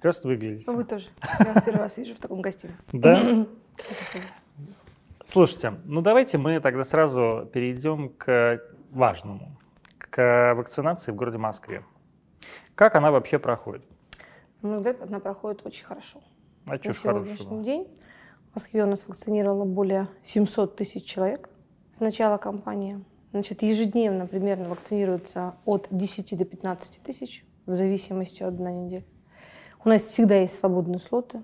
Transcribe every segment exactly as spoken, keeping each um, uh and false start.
прекрасно выглядите. Вы тоже. Я первый раз вижу в таком костюме. Да? Слушайте, ну давайте мы тогда сразу перейдем к важному, к вакцинации в городе Москве. Как она вообще проходит? На мой взгляд, она проходит очень хорошо. А что На ж хорошего? сегодняшний день в Москве у нас вакцинировало более семисот тысяч человек с начала кампании. Значит, ежедневно примерно вакцинируется от десяти до пятнадцати тысяч, в зависимости от дня недели. У нас всегда есть свободные слоты.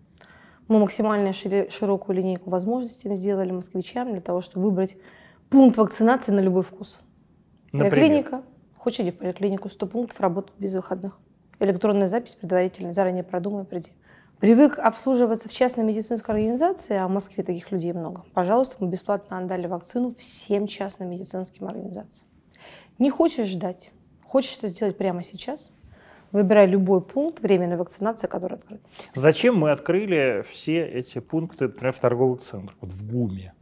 Мы максимально шири- широкую линейку возможностей сделали москвичам для того, чтобы выбрать пункт вакцинации на любой вкус. Например? Поликлиника. Хочешь, иди в поликлинику, сто пунктов работают без выходных. Электронная запись предварительная, заранее продумай, приди. Привык обслуживаться в частной медицинской организации, а в Москве таких людей много. Пожалуйста, мы бесплатно отдали вакцину всем частным медицинским организациям. Не хочешь ждать, хочешь это сделать прямо сейчас, выбирай любой пункт временной вакцинации, который открыт. Зачем мы открыли все эти пункты, например, в торговых центрах, вот в ГУМе?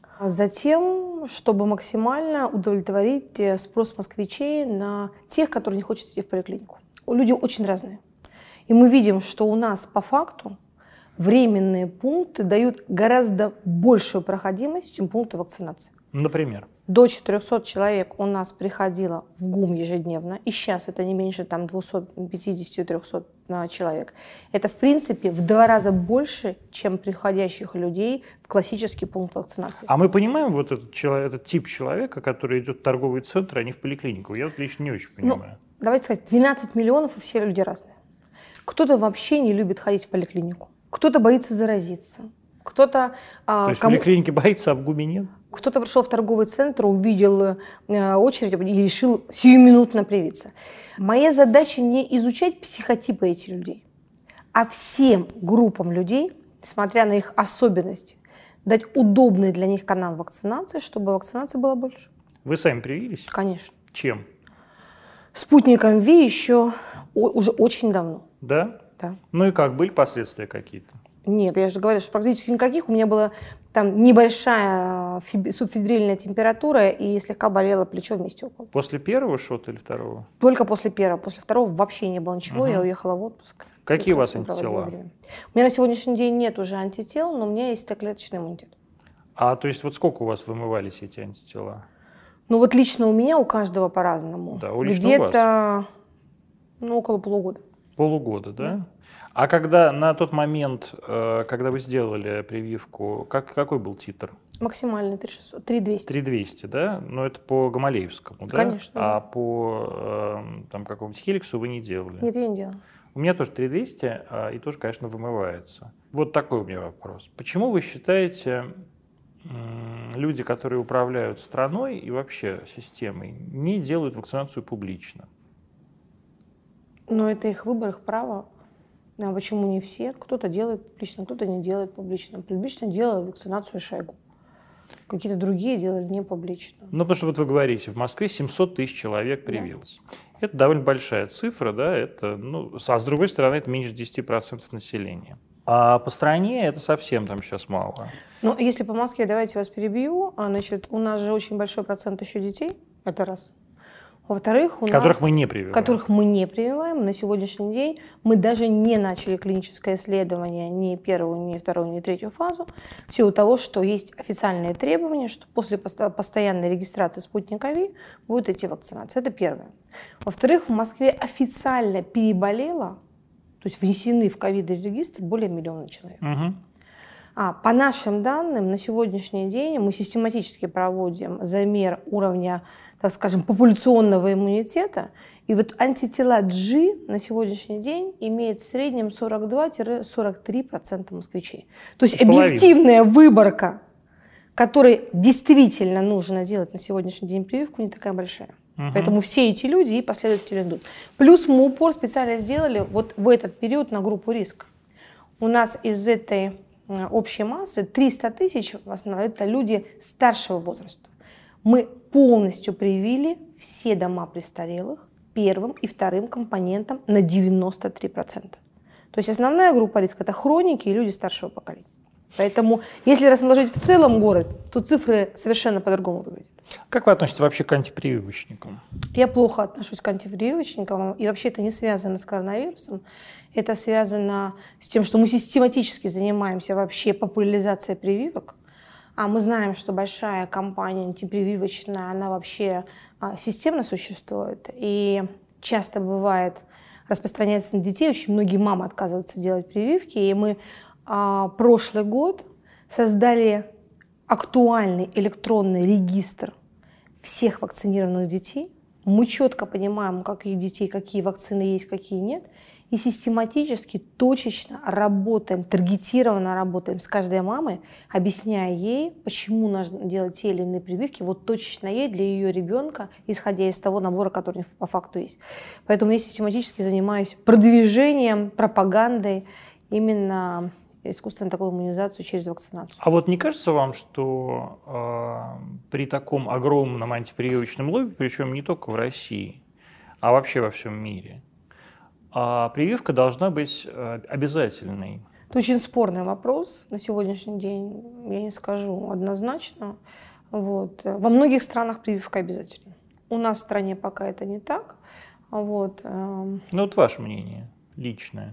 Затем, чтобы максимально удовлетворить спрос москвичей на тех, которые не хотят идти в поликлинику. Люди очень разные. И мы видим, что у нас по факту временные пункты дают гораздо большую проходимость, чем пункты вакцинации. Например? До четырёхсот человек у нас приходило в ГУМ ежедневно, и сейчас это не меньше там двухсот пятидесяти — трёхсот человек. Это, в принципе, в два раза больше, чем приходящих людей в классический пункт вакцинации. А мы понимаем вот этот, человек, этот тип человека, который идет в торговый центр, а не в поликлинику? Я вот лично не очень понимаю. Ну, давайте сказать, двенадцать миллионов, и все люди разные. Кто-то вообще не любит ходить в поликлинику, кто-то боится заразиться. Кто-то, То есть кому... в поликлинике боится, а в ГУМе нет? Кто-то пришел в торговый центр, увидел э, очередь и решил сиюминутно привиться. Моя задача не изучать психотипы этих людей, а всем группам людей, смотря на их особенности, дать удобный для них канал вакцинации, чтобы вакцинации было больше. Вы сами привились? Конечно. Чем? Спутником Ви еще о- уже очень давно. Да? Да. Ну и как, были последствия какие-то? Нет, я же говорю, что практически никаких. У меня была там небольшая фиб- субфебрильная температура и слегка болело плечо вместе около. После первого шота или второго? Только после первого. После второго вообще не было ничего, Угу. я уехала в отпуск. Какие у вас Прекрасно антитела? проводила время. У меня на сегодняшний день нет уже антител, но у меня есть Т-клеточный иммунитет. А то есть вот сколько у вас вымывались эти антитела? Ну вот лично у меня, у каждого по-разному. Да, у лично у Где-то ну, около полугода. Полугода, да? Да. А когда на тот момент, э, когда вы сделали прививку, как, какой был титр? Максимальный три тысячи шестьсот, три тысячи двести. три тысячи двести, да? Но это по Гамалеевскому, да? Конечно, А да. по э, там, какому-нибудь Хеликсу вы не делали? Нет, я не делала. У меня тоже три тысячи двести, э, и тоже, конечно, вымывается. Вот такой у меня вопрос. Почему вы считаете, э, люди, которые управляют страной и вообще системой, не делают вакцинацию публично? Но это их выбор, их право. А почему не все? Кто-то делает публично, кто-то не делает публично. Публично делала вакцинацию Шойгу. Какие-то другие делали не публично. Ну, потому что вот вы говорите, в Москве семьсот тысяч человек привилось. Да. Это довольно большая цифра, да, это, ну, а с другой стороны, это меньше десяти процентов населения. А по стране это совсем там сейчас мало. Ну, если по Москве, давайте вас перебью. Значит, у нас же очень большой процент еще детей, это раз. Во-вторых, у которых нас, мы не прививаем. Которых мы не прививаем. На сегодняшний день мы даже не начали клиническое исследование ни первую, ни вторую, ни третью фазу, в силу того, что есть официальные требования, что после постоянной регистрации спутника Ви будет идти вакцинация. Это первое. Во-вторых, в Москве официально переболело, то есть внесены в ковид-регистр более миллиона человек. Угу. А, по нашим данным, на сегодняшний день мы систематически проводим замер уровня, так скажем, популяционного иммунитета. И вот антитела G на сегодняшний день имеет в среднем сорок два — сорок три процента москвичей. То есть Половина. Объективная выборка, которой действительно нужно делать на сегодняшний день прививку, не такая большая. Угу. Поэтому все эти люди и последователи идут. Плюс мы упор специально сделали вот в этот период на группу риска. У нас из этой общей массы триста тысяч в основном это люди старшего возраста. Мы полностью привили все дома престарелых первым и вторым компонентом на девяносто три процента. То есть основная группа риска – это хроники и люди старшего поколения. Поэтому если разложить в целом город, то цифры совершенно по-другому выглядят. Как вы относитесь вообще к антипрививочникам? Я плохо отношусь к антипрививочникам, и вообще это не связано с коронавирусом. Это связано с тем, что мы систематически занимаемся вообще популяризацией прививок. А мы знаем, что большая компания антипрививочная, она вообще а, системно существует. И часто бывает, распространяется на детей. Очень многие мамы отказываются делать прививки. И мы а, прошлый год создали актуальный электронный регистр всех вакцинированных детей. Мы четко понимаем, у каких детей какие вакцины есть, какие нет. И систематически, точечно работаем, таргетированно работаем с каждой мамой, объясняя ей, почему нужно делать те или иные прививки, вот точечно ей для ее ребенка, исходя из того набора, который по факту есть. Поэтому я систематически занимаюсь продвижением, пропагандой именно искусственной такой иммунизации через вакцинацию. А вот не кажется вам, что э, при таком огромном антипрививочном лобби, причем не только в России, а вообще во всем мире, а прививка должна быть обязательной? Это очень спорный вопрос на сегодняшний день, я не скажу однозначно. Вот. Во многих странах прививка обязательна. У нас в стране пока это не так. Вот. Ну вот ваше мнение личное.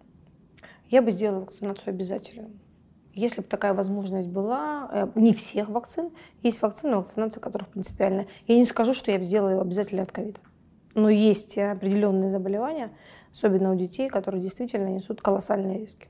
Я бы сделала вакцинацию обязательно. Если бы такая возможность была, не всех вакцин, есть вакцины, вакцинация которых принципиальная. Я не скажу, что я бы сделала ее обязательно от ковида. Но есть определенные заболевания, особенно у детей, которые действительно несут колоссальные риски.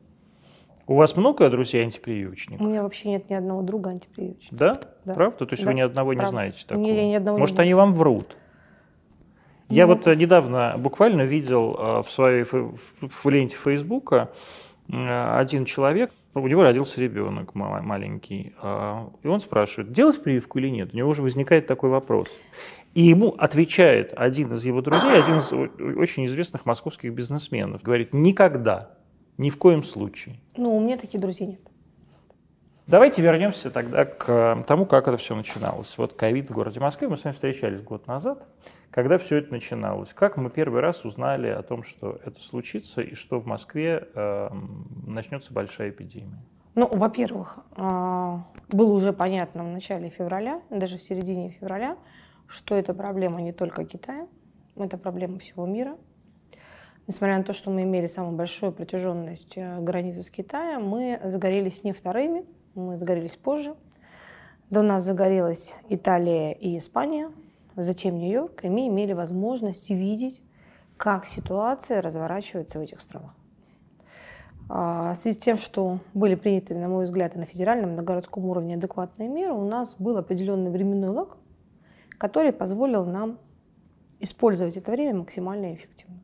У вас много друзей антипрививочников? У меня вообще нет ни одного друга антипрививочника. Да? Да. Правда? То есть да. вы ни одного Правда. не знаете такого? Не, я ни одного Может, не они вам врут? Ну, Я вот недавно буквально видел в своей в ленте Фейсбука один человек, у него родился ребенок маленький, и он спрашивает, делать прививку или нет? У него уже возникает такой вопрос. И ему отвечает один из его друзей, один из очень известных московских бизнесменов. Говорит, никогда, ни в коем случае. Ну, у меня таких друзей нет. Давайте вернемся тогда к тому, как это все начиналось. Вот ковид в городе Москве, мы с вами встречались год назад, когда все это начиналось. Как мы первый раз узнали о том, что это случится и что в Москве э, начнется большая эпидемия? Ну, во-первых, э, было уже понятно в начале февраля, даже в середине февраля, что это проблема не только Китая, это проблема всего мира. Несмотря на то, что мы имели самую большую протяженность границы с Китаем, мы загорелись не вторыми, мы загорелись позже. До нас загорелась Италия и Испания, затем Нью-Йорк, и мы имели возможность видеть, как ситуация разворачивается в этих странах. В связи с тем, что были приняты, на мой взгляд, и на федеральном, и на городском уровне адекватные меры, у нас был определенный временной лаг, который позволил нам использовать это время максимально эффективно.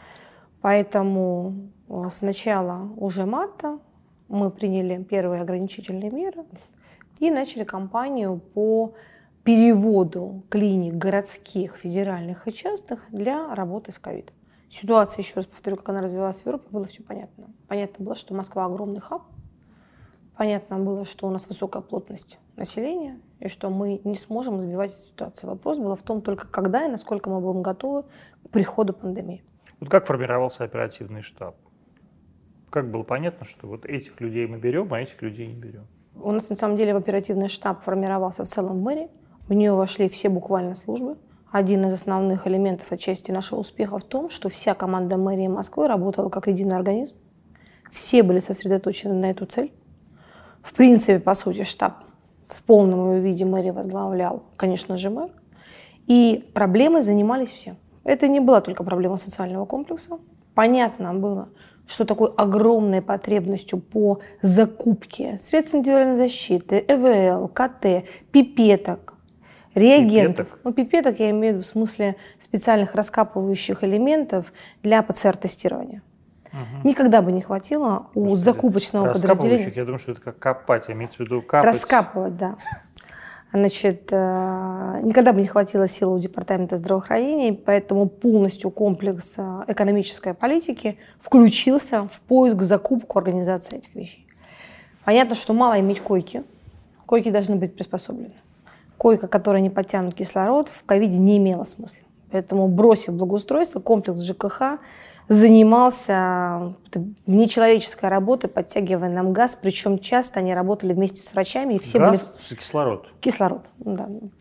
Поэтому с начала уже марта мы приняли первые ограничительные меры и начали кампанию по переводу клиник городских, федеральных и частных для работы с ковидом. Ситуация, еще раз повторю, как она развивалась в Европе, было все понятно. Понятно было, что Москва огромный хаб. Понятно было, что у нас высокая плотность населения и что мы не сможем сбивать эту ситуацию. Вопрос был в том только, когда и насколько мы будем готовы к приходу пандемии. Вот как формировался оперативный штаб? Как было понятно, что вот этих людей мы берем, а этих людей не берем? У нас на самом деле оперативный штаб формировался в целом в мэрии. В нее вошли все буквально службы. Один из основных элементов отчасти нашего успеха в том, что вся команда мэрии Москвы работала как единый организм. Все были сосредоточены на эту цель. В принципе, по сути, штаб в полном его виде мэрии возглавлял, конечно же, мэр. И проблемой занимались все. Это не была только проблема социального комплекса. Понятно было, что такой огромной потребностью по закупке средств индивидуальной защиты, ЭВЛ, КТ, пипеток, реагентов. Пипеток? Ну, пипеток я имею в виду в смысле специальных раскапывающих элементов для ПЦР-тестирования. Угу. Никогда бы не хватило у Господи, закупочного подразделения. Я думаю, что это как копать, имеется в виду капать. Раскапывать, да. Значит, никогда бы не хватило сил у Департамента здравоохранения, поэтому полностью комплекс экономической политики включился в поиск, закупку, организации этих вещей. Понятно, что мало иметь койки. Койки должны быть приспособлены. Койка, которая не подтянут кислород, в ковиде не имела смысла. Поэтому, бросив благоустройство, комплекс ЖКХ занимался нечеловеческой работой, подтягивая нам газ, причем часто они работали вместе с врачами. И все газ, были... кислород? Кислород, да.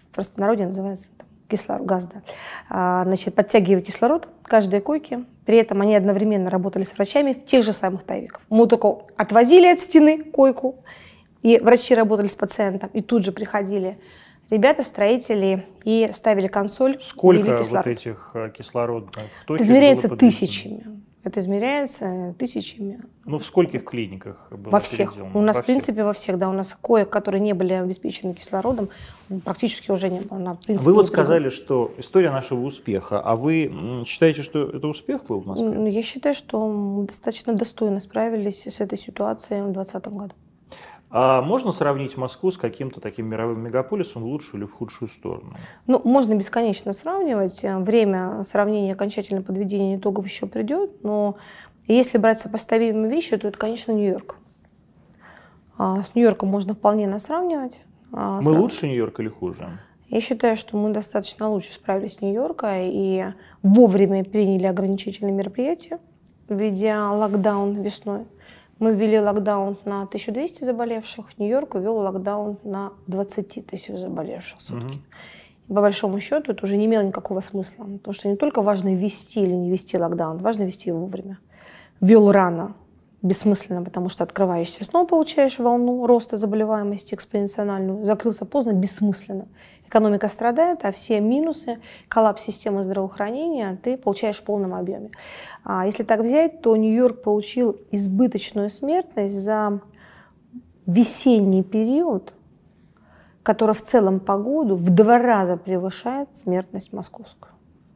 в простонародье называется там, кислород, газ, да. А, значит, подтягивая кислород каждой койке. При этом они одновременно работали с врачами в тех же самых тайвиков. Мы только отвозили от стены койку, и врачи работали с пациентом, и тут же приходили ребята, строители, и ставили консоль. Сколько вот этих кислородных точек? Это измеряется тысячами. Это измеряется тысячами. Ну, в скольких клиниках было Во всех. переделано? У нас, Во в принципе, всех. во всех. Да, у нас коек, которые не были обеспечены кислородом, практически уже не было. Она, в принципе, вы вот сказали, что история нашего успеха. А вы считаете, что это успех был в Москве? Я считаю, что мы достаточно достойно справились с этой ситуацией в двадцатом году. А можно сравнить Москву с каким-то таким мировым мегаполисом в лучшую или в худшую сторону? Ну, можно бесконечно сравнивать. Время сравнения, окончательного подведения итогов еще придет. Но если брать сопоставимые вещи, то это, конечно, Нью-Йорк. С Нью-Йорком можно вполне нас сравнивать. Мы Срав... лучше Нью-Йорка или хуже? Я считаю, что мы достаточно лучше справились с Нью-Йорком и вовремя приняли ограничительные мероприятия, введя локдаун весной. Мы ввели локдаун на тысячу двести заболевших, Нью-Йорк ввел локдаун на двадцать тысяч заболевших в сутки. Угу. По большому счету это уже не имело никакого смысла, потому что не только важно ввести или не ввести локдаун, важно ввести его вовремя. Ввел рано, бессмысленно, потому что открываешься, снова получаешь волну роста заболеваемости экспоненциальную. Закрылся поздно, бессмысленно. Экономика страдает, а все минусы, коллапс системы здравоохранения ты получаешь в полном объеме. А если так взять, то Нью-Йорк получил избыточную смертность за весенний период, который в целом по году в два раза превышает смертность московскую.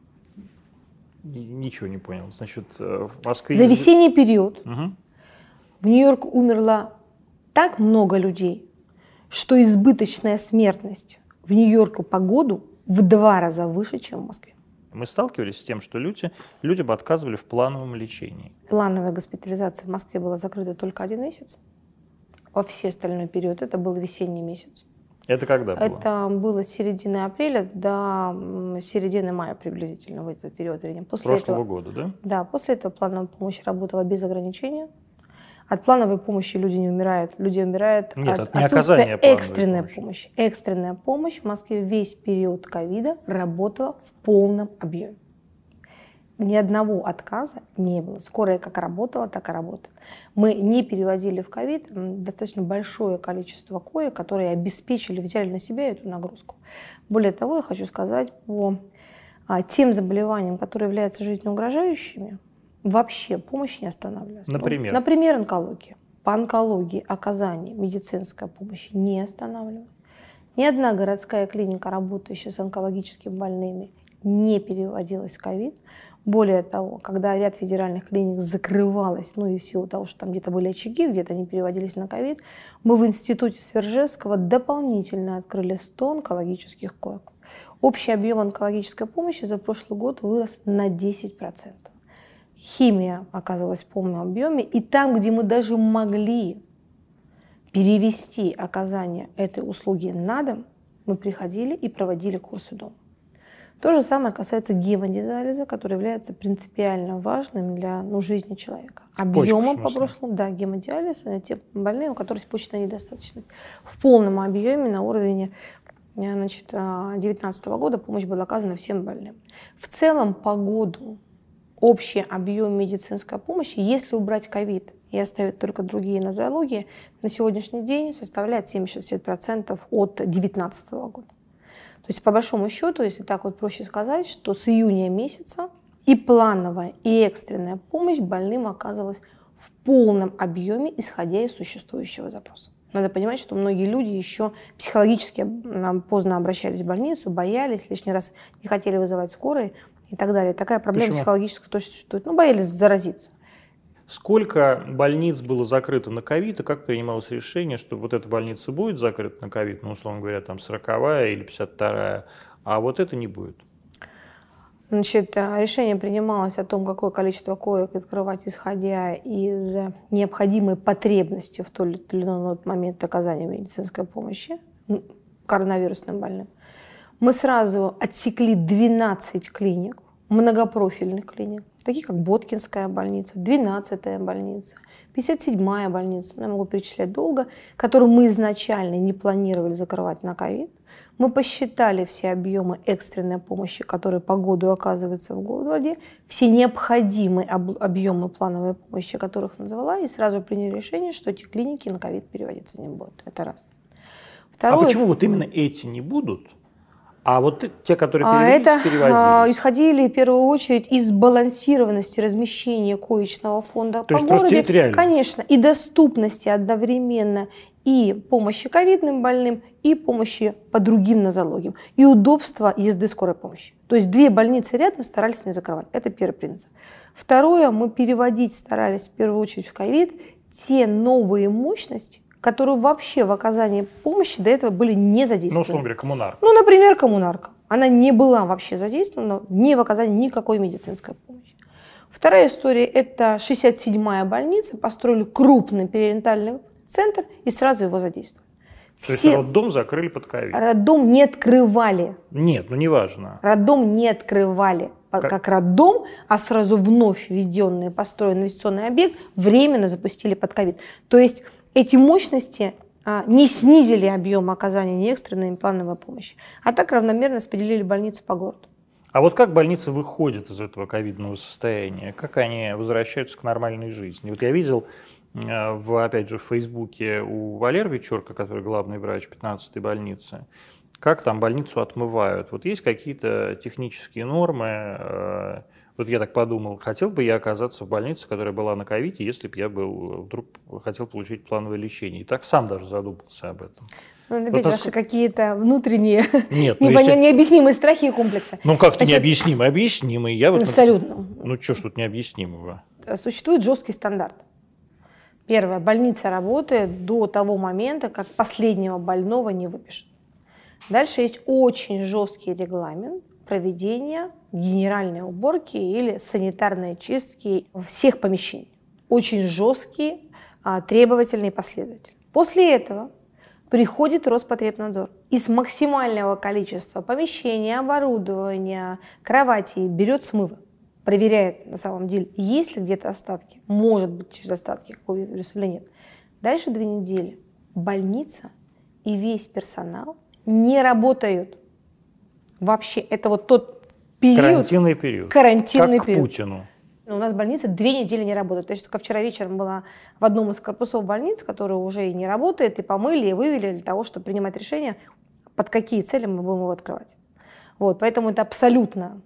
Ничего не понял. Значит, в Москве... За весенний период угу. в Нью-Йорке умерло так много людей, что избыточная смертность в Нью-Йорке по году в два раза выше, чем в Москве. Мы сталкивались с тем, что люди, люди бы отказывали в плановом лечении. Плановая госпитализация в Москве была закрыта только один месяц. Во все остальной период это был весенний месяц. Это когда было? Это было с середины апреля до середины мая приблизительно, в этот период времени. После прошлого этого, года, да? Да, после этого плановая помощь работала без ограничения. От плановой помощи люди не умирают. Люди умирают Нет, от, от отсутствия экстренной помощи. помощи. Экстренная помощь в Москве весь период ковида работала в полном объеме. Ни одного отказа не было. Скорая как работала, так и работает. Мы не переводили в ковид достаточно большое количество коек, которые обеспечили, взяли на себя эту нагрузку. Более того, я хочу сказать по тем заболеваниям, которые являются жизнеугрожающими, вообще помощь не останавливается. Например? Например, онкология. По онкологии оказание медицинской помощи не останавливается. Ни одна городская клиника, работающая с онкологическими больными, не переводилась в ковид. Более того, когда ряд федеральных клиник закрывалось, ну и в силу того, что там где-то были очаги, где-то они переводились на ковид, мы в институте Свержевского дополнительно открыли сто онкологических коек. Общий объем онкологической помощи за прошлый год вырос на десять процентов. Химия оказалась в полном объеме, и там, где мы даже могли перевести оказание этой услуги на дом, мы приходили и проводили курсы дома. То же самое касается гемодиализа, который является принципиально важным для ну, жизни человека. Объемом по прошлому, да, гемодиализ, те больные, у которых почечная недостаточность. В полном объеме на уровне две тысячи девятнадцатого года помощь была оказана всем больным. В целом по году общий объем медицинской помощи, если убрать ковид и оставить только другие нозологии, на сегодняшний день составляет семьдесят процентов от две тысячи девятнадцатого года. То есть, по большому счету, если так вот проще сказать, что с июня месяца и плановая, и экстренная помощь больным оказывалась в полном объеме, исходя из существующего запроса. Надо понимать, что многие люди еще психологически поздно обращались в больницу, боялись, лишний раз не хотели вызывать скорые и так далее. Такая проблема Почему? Психологическая тоже существует. Ну, боялись заразиться. Сколько больниц было закрыто на ковид, и как принималось решение, что вот эта больница будет закрыта на ковид, ну, условно говоря, там сороковая или пятьдесят вторая, а вот это не будет? Значит, решение принималось о том, какое количество коек открывать, исходя из необходимой потребности в тот или иной момент оказания медицинской помощи коронавирусным больным. Мы сразу отсекли двенадцать клиник, многопрофильных клиник, такие как Боткинская больница, двенадцатая больница, пятьдесят седьмая больница, я могу перечислять долго, которую мы изначально не планировали закрывать на ковид. Мы посчитали все объемы экстренной помощи, которые по году оказываются в городе, все необходимые объемы плановой помощи, которых назвала, и сразу приняли решение, что эти клиники на ковид переводиться не будут. Это раз. Второе, а почему вот именно эти не будут? А вот те, которые перевелись, это, переводились? Исходили в первую очередь из сбалансированности размещения коечного фонда То по есть городу. территориально? Конечно, и доступности одновременно и помощи ковидным больным, и помощи по другим нозологиям, и удобства езды скорой помощи. То есть две больницы рядом старались не закрывать. Это первый принцип. Второе, мы переводить старались в первую очередь в ковид те новые мощности, которые вообще в оказании помощи до этого были не задействованы. Ну, условно говоря, коммунарка. Ну, например, коммунарка. Она не была вообще задействована ни в оказании никакой медицинской помощи. Вторая история – это шестьдесят седьмая больница. Построили крупный перинатальный центр и сразу его задействовали. То Все... есть роддом закрыли под ковид? Роддом не открывали. Нет, ну неважно. Роддом не открывали как, как роддом, а сразу вновь введенный, построенный инвестиционный объект временно запустили под ковид. То есть эти мощности а, не снизили объем оказания ни экстренной, ни плановой помощи, а так равномерно распределили больницы по городу. А вот как больницы выходят из этого ковидного состояния? Как они возвращаются к нормальной жизни? Вот я видел, в, опять же, в Фейсбуке у Валеры Вечерка, который главный врач пятнадцатой больницы, как там больницу отмывают. Вот есть какие-то технические нормы. Вот я так подумал, хотел бы я оказаться в больнице, которая была на ковиде, если бы я был, вдруг хотел получить плановое лечение. И так сам даже задумался об этом. Ну, опять вот, ваши какие-то внутренние Нет, ну, если... необъяснимые страхи и комплексы. Ну как-то Значит... необъяснимые, объяснимые. Я вот, абсолютно. Ну что ж тут необъяснимого? Существует жесткий стандарт. Первое. Больница работает до того момента, как последнего больного не выпишут. Дальше есть очень жесткий регламент проведения генеральной уборки или санитарной чистки всех помещений. Очень жесткий, требовательный и последовательный. После этого приходит Роспотребнадзор и с максимального количества помещений, оборудования, кроватей берет смывы. Проверяет на самом деле, есть ли где-то остатки, может быть остатки какого-то вируса или нет. Дальше две недели больница и весь персонал не работают. Вообще, это вот тот период. Карантинный период. Карантинный как период. К Путину. У нас больница две недели не работает. То есть только вчера вечером была в одном из корпусов больниц, которая уже и не работает, и помыли, и вывели для того, чтобы принимать решение, под какие цели мы будем его открывать. Вот, поэтому это абсолютно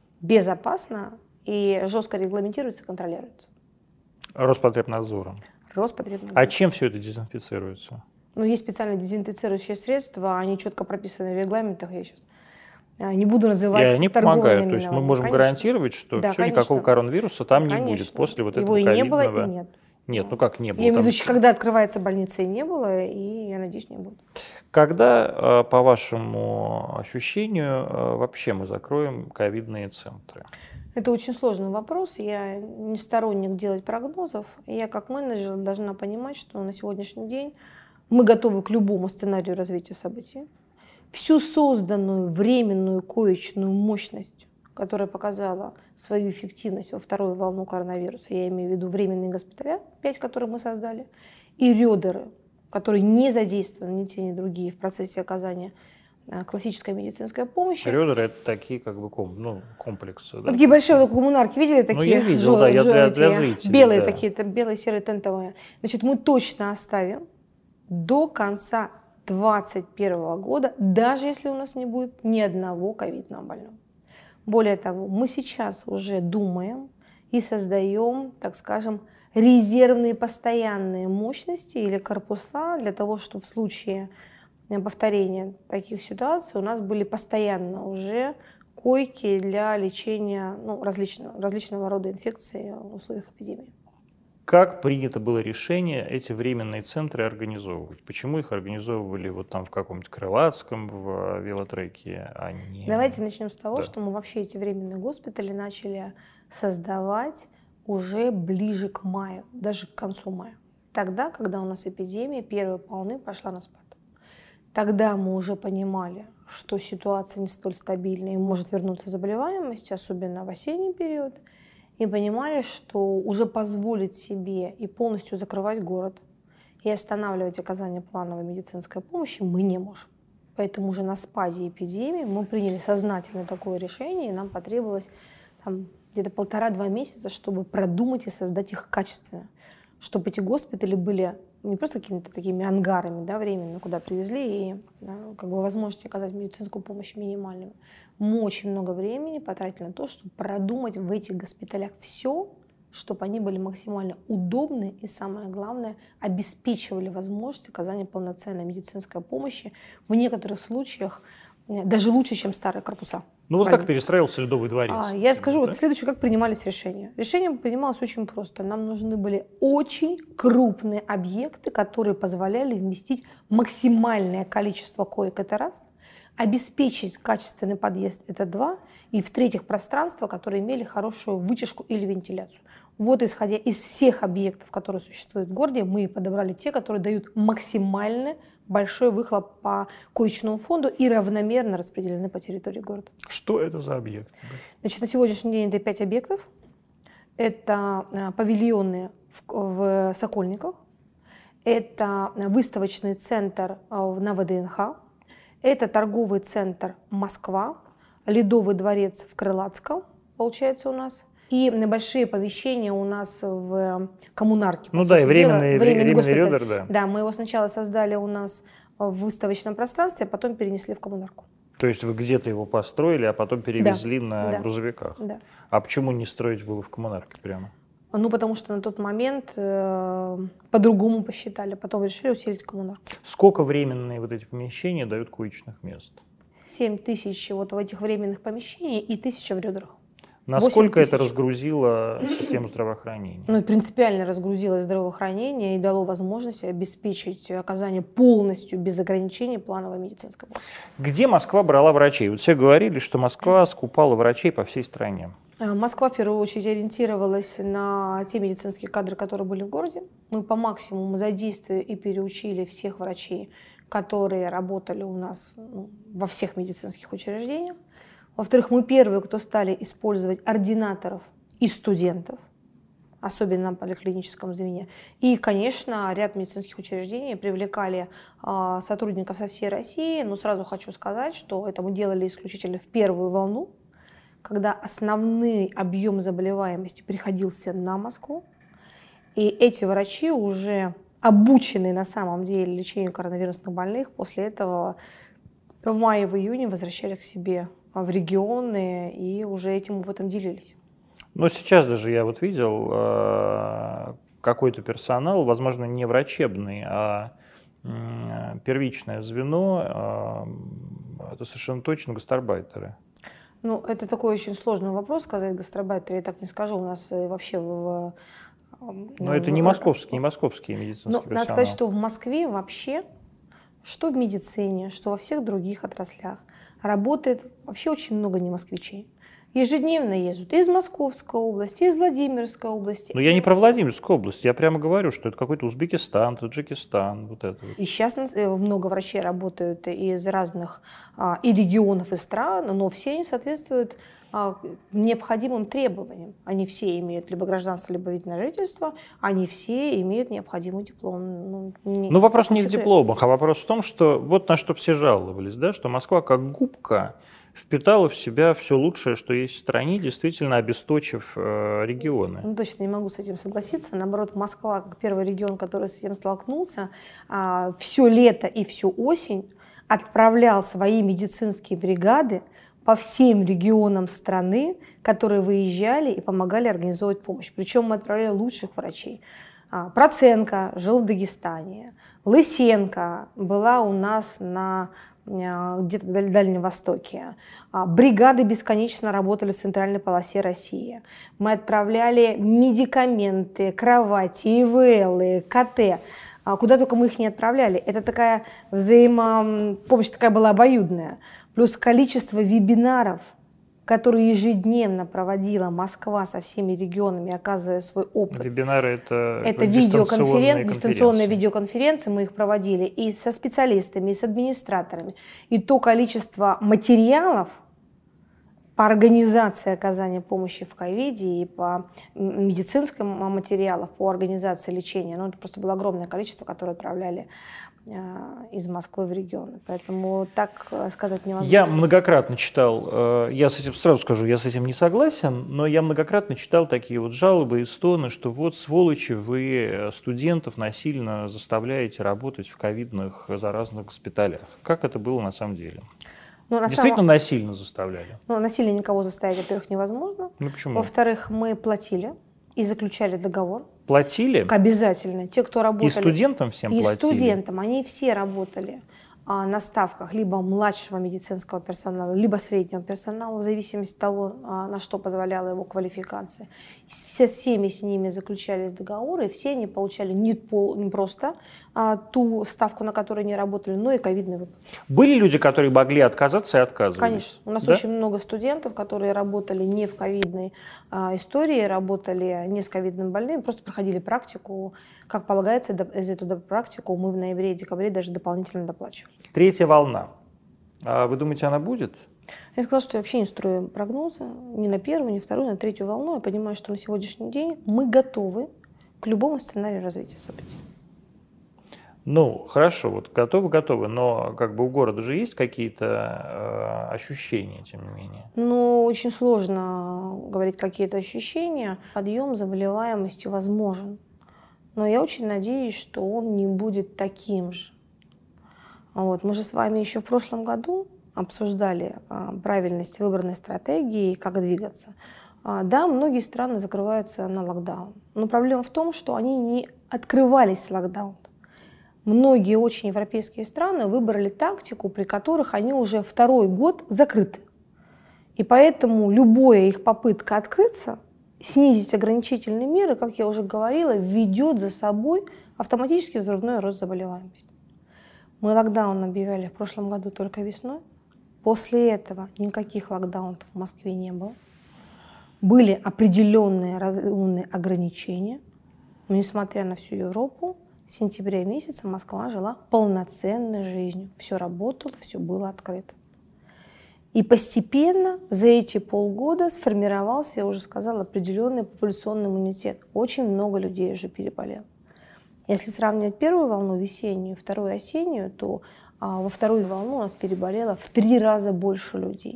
безопасно и жестко регламентируется, контролируется. Роспотребнадзором. Роспотребнадзором. А чем все это дезинфицируется? Ну, есть специальные дезинфицирующие средства, они четко прописаны в регламентах, я сейчас не буду называть торговые. И они помогают, то есть мы можем конечно. гарантировать, что да, все, конечно. никакого коронавируса там конечно. не будет после вот Его этого и не было, ковидного. и нет. Нет, ну как не было? Я имею в виду, там... когда открывается больница, и не было, и я надеюсь, не будет. Когда, по вашему ощущению, вообще мы закроем ковидные центры? Это очень сложный вопрос. Я не сторонник делать прогнозов. Я как менеджер должна понимать, что на сегодняшний день мы готовы к любому сценарию развития событий. Всю созданную временную коечную мощность, которая показала свою эффективность во вторую волну коронавируса, я имею в виду временные госпиталя, пять, которые мы создали, и рёдеры, которые не задействованы ни те, ни другие в процессе оказания классической медицинской помощи. Рёдеры — это такие как бы ком, ну, комплексы. Да? Такие большие вот, коммунарки, видели такие? Ну, я видел, жё- да, я для, для зрителей. Белые да. такие, там, белые, серые, тентовые. Значит, мы точно оставим до конца двадцать первого года, даже если у нас не будет ни одного ковидного больного. Более того, мы сейчас уже думаем и создаем, так скажем, резервные постоянные мощности или корпуса для того, чтобы в случае повторения таких ситуаций у нас были постоянно уже койки для лечения ну, различного, различного рода инфекций в условиях эпидемии. Как принято было решение эти временные центры организовывать? Почему их организовывали вот там в каком-нибудь Крылатском, в велотреке, а не... Давайте начнем с того, да. что мы вообще эти временные госпитали начали создавать уже ближе к маю, даже к концу мая. Тогда, когда у нас эпидемия первой волны пошла на спад. Тогда мы уже понимали, что ситуация не столь стабильная и может вернуться заболеваемость, особенно в осенний период. И понимали, что уже позволить себе и полностью закрывать город и останавливать оказание плановой медицинской помощи мы не можем. Поэтому уже на спаде эпидемии мы приняли сознательно такое решение, и нам потребовалось там, где-то полтора-два месяца, чтобы продумать и создать их качественно. Чтобы эти госпитали были не просто какими-то такими ангарами, да, временно, куда привезли, и да, как бы возможности оказать медицинскую помощь минимальными. Мы очень много времени потратили на то, чтобы продумать в этих госпиталях все, чтобы они были максимально удобны и, самое главное, обеспечивали возможность оказания полноценной медицинской помощи, в некоторых случаях даже лучше, чем старые корпуса. Ну вот как перестраивался Ледовый дворец? А, я скажу, да? вот следующее, как принимались решения. Решение принималось очень просто. Нам нужны были очень крупные объекты, которые позволяли вместить максимальное количество коек, это раз, обеспечить качественный подъезд, это два, и в-третьих, пространства, которые имели хорошую вытяжку или вентиляцию. Вот исходя из всех объектов, которые существуют в городе, мы подобрали те, которые дают максимально большой выхлоп по коечному фонду и равномерно распределены по территории города. Что это за объекты? Значит, на сегодняшний день это пять объектов. Это павильоны в, в Сокольниках, это выставочный центр на ВДНХ, это торговый центр Москва, Ледовый дворец в Крылатском, получается у нас, и небольшие помещения у нас в коммунарке. Ну да, и временный, временный, временный рёдер, да. Да, мы его сначала создали у нас в выставочном пространстве, а потом перенесли в коммунарку. То есть вы где-то его построили, а потом перевезли да, на да, грузовиках? Да. А почему не строить было в коммунарке прямо? Ну, потому что на тот момент э, по-другому посчитали, потом решили усилить коммунарку. Сколько временные вот эти помещения дают коечных мест? семь тысяч вот в этих временных помещениях и тысяча в рёдрах. Насколько это разгрузило систему здравоохранения? Ну, и принципиально разгрузило здравоохранение и дало возможность обеспечить оказание полностью, без ограничений, плановой медицинской помощи. Где Москва брала врачей? Вот все говорили, что Москва скупала врачей по всей стране. Москва, в первую очередь, ориентировалась на те медицинские кадры, которые были в городе. Мы по максимуму задействовали и переучили всех врачей, которые работали у нас ну, во всех медицинских учреждениях. Во-вторых, мы первые, кто стали использовать ординаторов и студентов, особенно на поликлиническом звене. И, конечно, ряд медицинских учреждений привлекали а, сотрудников со всей России. Но сразу хочу сказать, что это мы делали исключительно в первую волну, когда основной объем заболеваемости приходился на Москву. И эти врачи уже обучены на самом деле лечению коронавирусных больных, после этого в мае, в июне возвращались к себе в регионы и уже этим опытом делились. Но сейчас даже я вот видел э, какой-то персонал, возможно, не врачебный, а э, первичное звено, э, это совершенно точно гастарбайтеры. Ну, это такой очень сложный вопрос, сказать гастарбайтеры, я так не скажу, у нас вообще в... Но в, это не московские, не московские медицинские ну, персонал. Надо сказать, что в Москве вообще, что в медицине, что во всех других отраслях, работает вообще очень много не москвичей. Ежедневно ездят из Московской области, из Владимирской области. Но я не про Владимирскую область, я прямо говорю, что это какой-то Узбекистан, Таджикистан, вот это вот. И сейчас много врачей работают из разных а, и регионов, и стран, но все они соответствуют а, необходимым требованиям. Они все имеют либо гражданство, либо вид на жительство, они все имеют необходимый диплом. Ну, не, ну вопрос не в дипломах, а вопрос в том, что вот на что все жаловались, да, что Москва как губка впитала в себя все лучшее, что есть в стране, действительно обесточив э, регионы. Ну, точно не могу с этим согласиться. Наоборот, Москва, как первый регион, который с этим столкнулся, а, все лето и всю осень отправлял свои медицинские бригады по всем регионам страны, которые выезжали и помогали организовывать помощь. Причем мы отправляли лучших врачей. А, Проценко жил в Дагестане, Лысенко была у нас на где-то в Дальнем Востоке. Бригады бесконечно работали в центральной полосе России. Мы отправляли медикаменты, кровати, ИВЛы, КТ. Куда только мы их не отправляли. Это такая взаимопомощь такая была обоюдная. Плюс количество вебинаров, которые ежедневно проводила Москва со всеми регионами, оказывая свой опыт. Вебинары — это, это видеоконферен... дистанционные видеоконференции, мы их проводили и со специалистами, и с администраторами. И то количество материалов, по организации оказания помощи в ковиде и по медицинским материалам, по организации лечения. Ну, это просто было огромное количество, которое отправляли из Москвы в регионы. Поэтому так сказать невозможно. Я многократно читал, я с этим сразу скажу, я с этим не согласен, но я многократно читал такие вот жалобы и стоны, что вот, сволочи, вы студентов насильно заставляете работать в ковидных заразных госпиталях. Как это было на самом деле? Ну, на Действительно самом... насильно заставляли? Ну, насильно никого заставить, во-первых, невозможно. Ну, почему? Во-вторых, мы платили и заключали договор. Платили? Обязательно. Те, кто работали. И студентам всем и платили? И студентам. Они все работали а, на ставках либо младшего медицинского персонала, либо среднего персонала, в зависимости от того, а, на что позволяла его квалификация. Все, всеми с ними заключались договоры, и все они получали не, пол, не просто а, ту ставку, на которой они работали, но и ковидный выплат. Были люди, которые могли отказаться и отказывались? Конечно. У нас да? очень много студентов, которые работали не в ковидной а, истории, работали не с ковидным больным, просто проходили практику. Как полагается, за эту практику мы в ноябре и декабре даже дополнительно доплачивали. Третья волна. А вы думаете, она будет? Я сказала, что я вообще не строю прогнозы ни на первую, ни на вторую, ни на третью волну. Я понимаю, что на сегодняшний день мы готовы к любому сценарию развития событий. Ну, хорошо, вот готовы, готовы, но как бы у города же есть какие-то э, ощущения, тем не менее? Ну, очень сложно говорить какие-то ощущения. Подъем заболеваемости возможен, но я очень надеюсь, что он не будет таким же. Вот. Мы же с вами еще в прошлом году обсуждали а, правильность выбранной стратегии и как двигаться. А, да, многие страны закрываются на локдаун, но проблема в том, что они не открывались с локдауна. Многие очень европейские страны выбрали тактику, при которых они уже второй год закрыты. И поэтому любая их попытка открыться, снизить ограничительные меры, как я уже говорила, ведет за собой автоматически взрывной рост заболеваемости. Мы локдаун объявляли в прошлом году только весной. После этого никаких локдаунов в Москве не было. Были определенные разумные ограничения. Но несмотря на всю Европу, с сентября месяца Москва жила полноценной жизнью. Все работало, все было открыто. И постепенно за эти полгода сформировался, я уже сказала, определенный популяционный иммунитет. Очень много людей уже переболело. Если сравнивать первую волну весеннюю, вторую осеннюю, то а, во вторую волну у нас переболело в три раза больше людей.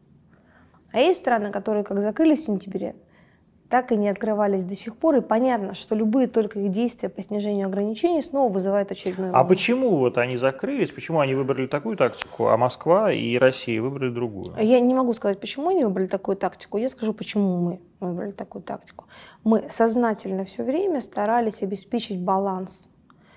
А есть страны, которые как закрылись в сентябре, так и не открывались до сих пор. И понятно, что любые только их действия по снижению ограничений снова вызывают очередную волну. А почему вот они закрылись? Почему они выбрали такую тактику, а Москва и Россия выбрали другую? Я не могу сказать, почему они выбрали такую тактику. Я скажу, почему мы выбрали такую тактику. Мы сознательно все время старались обеспечить баланс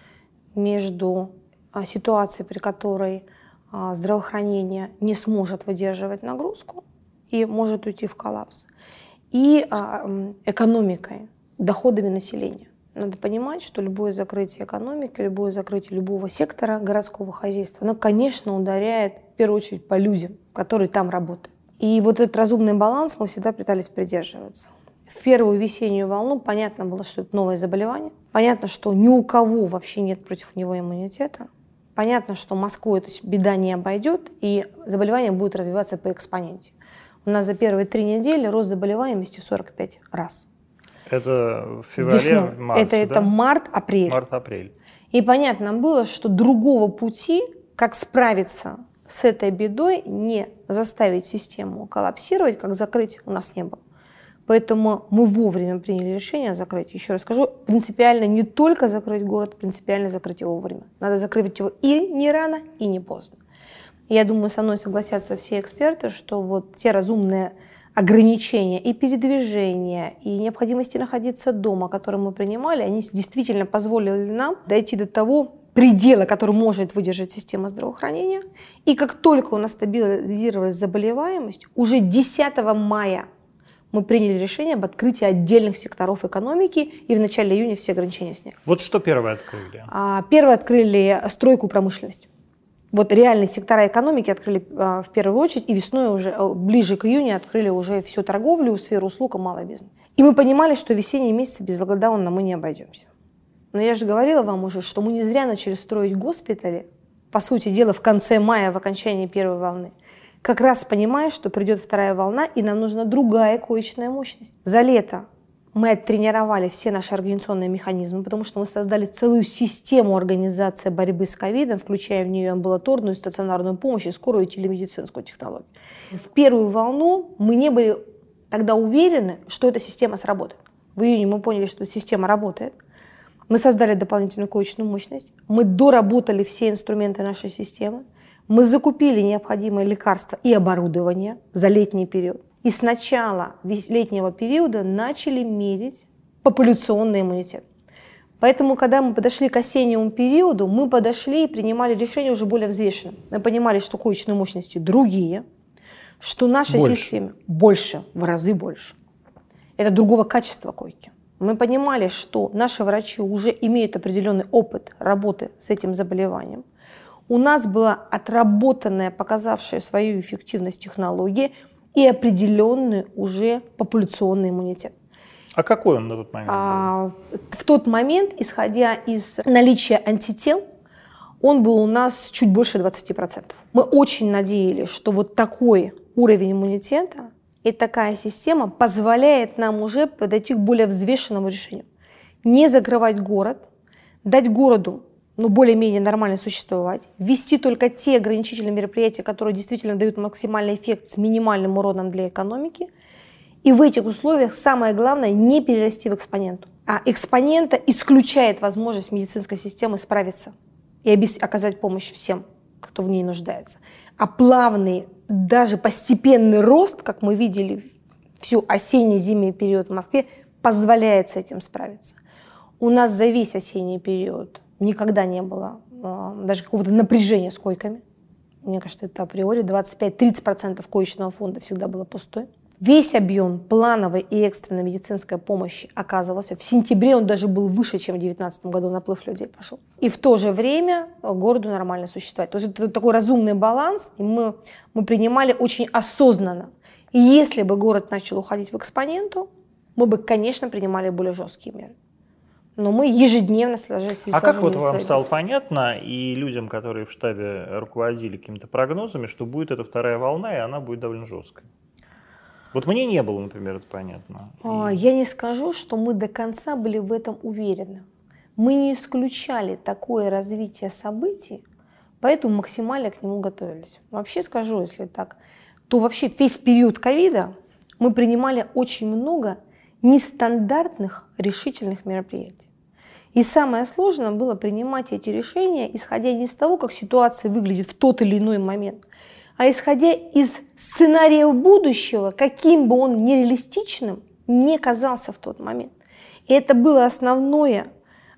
между ситуацией, при которой здравоохранение не сможет выдерживать нагрузку и может уйти в коллапс, и экономикой, доходами населения. Надо понимать, что любое закрытие экономики, любое закрытие любого сектора городского хозяйства, оно, конечно, ударяет в первую очередь по людям, которые там работают. И вот этот разумный баланс мы всегда пытались придерживаться. В первую весеннюю волну понятно было, что это новое заболевание. Понятно, что ни у кого вообще нет против него иммунитета. Понятно, что Москву эта беда не обойдет, и заболевание будет развиваться по экспоненте. У нас за первые три недели рост заболеваемости сорок пять раз. Это в феврале, в марте, это, да? это март-апрель. Март-апрель. И понятно было, что другого пути, как справиться с этой бедой, не заставить систему коллапсировать, как закрыть, у нас не было. Поэтому мы вовремя приняли решение закрыть. Еще раз скажу, принципиально не только закрыть город, принципиально закрыть его вовремя. Надо закрыть его и не рано, и не поздно. Я думаю, со мной согласятся все эксперты, что вот те разумные ограничения и передвижения, и необходимости находиться дома, которые мы принимали, они действительно позволили нам дойти до того предела, который может выдержать система здравоохранения. И как только у нас стабилизировалась заболеваемость, уже десятого мая мы приняли решение об открытии отдельных секторов экономики, и в начале июня все ограничения сняли. Вот что первое открыли? Первое открыли стройку и промышленность. Вот реальные сектора экономики открыли а, в первую очередь, и весной уже, ближе к июню, открыли уже всю торговлю, сферу услуг и малый бизнес. И мы понимали, что весенние месяцы без локдауна мы не обойдемся. Но я же говорила вам уже, что мы не зря начали строить госпитали, по сути дела, в конце мая, в окончании первой волны. как раз понимая, что придет вторая волна, и нам нужна другая коечная мощность. За лето мы оттренировали все наши организационные механизмы, потому что мы создали целую систему организации борьбы с ковидом, включая в нее амбулаторную, стационарную помощь и скорую и телемедицинскую технологию. В первую волну мы не были тогда уверены, что эта система сработает. В июне мы поняли, что система работает. Мы создали дополнительную коечную мощность, мы доработали все инструменты нашей системы, мы закупили необходимые лекарства и оборудование за летний период. И с начала летнего периода начали мерить популяционный иммунитет. Поэтому, когда мы подошли к осеннему периоду, мы подошли и принимали решения уже более взвешенно. Мы понимали, что коечные мощности другие, что наша больше. система больше, в разы больше. Это другого качества койки. Мы понимали, что наши врачи уже имеют определенный опыт работы с этим заболеванием. У нас была отработанная, показавшая свою эффективность технология и определенный уже популяционный иммунитет. А какой он на тот момент был? А, в тот момент, исходя из наличия антител, он был у нас чуть больше двадцати процентов. Мы очень надеялись, что вот такой уровень иммунитета и такая система позволяет нам уже подойти к более взвешенному решению. Не закрывать город, дать городу ну, более-менее нормально существовать, ввести только те ограничительные мероприятия, которые действительно дают максимальный эффект с минимальным уроном для экономики. И в этих условиях самое главное не перерасти в экспоненту. А экспонента исключает возможность медицинской системы справиться и оказать помощь всем, кто в ней нуждается. А плавный, даже постепенный рост, как мы видели всю осенне-зимний период в Москве, позволяет с этим справиться. У нас за весь осенний период никогда не было э, даже какого-то напряжения с койками. Мне кажется, это априори. двадцать пять — тридцать процентов коечного фонда всегда было пустой. Весь объем плановой и экстренной медицинской помощи оказывался. В сентябре он даже был выше, чем в две тысячи девятнадцатом году наплыв людей пошел. И в то же время городу нормально существовать. То есть это такой разумный баланс, и мы, мы принимали очень осознанно. И если бы город начал уходить в экспоненту, мы бы, конечно, принимали более жесткие меры. Но мы ежедневно сложились. А как вот вам стало понятно и людям, которые в штабе руководили какими-то прогнозами, что будет эта вторая волна, и она будет довольно жесткой? Вот мне не было, например, это понятно. И... Я не скажу, что мы до конца были в этом уверены. Мы не исключали такое развитие событий, поэтому максимально к нему готовились. Вообще скажу, если так, то вообще весь период ковида мы принимали очень много нестандартных решительных мероприятий. И самое сложное было принимать эти решения, исходя не из того, как ситуация выглядит в тот или иной момент, а исходя из сценариев будущего, каким бы он нереалистичным не казался в тот момент. И это было основное,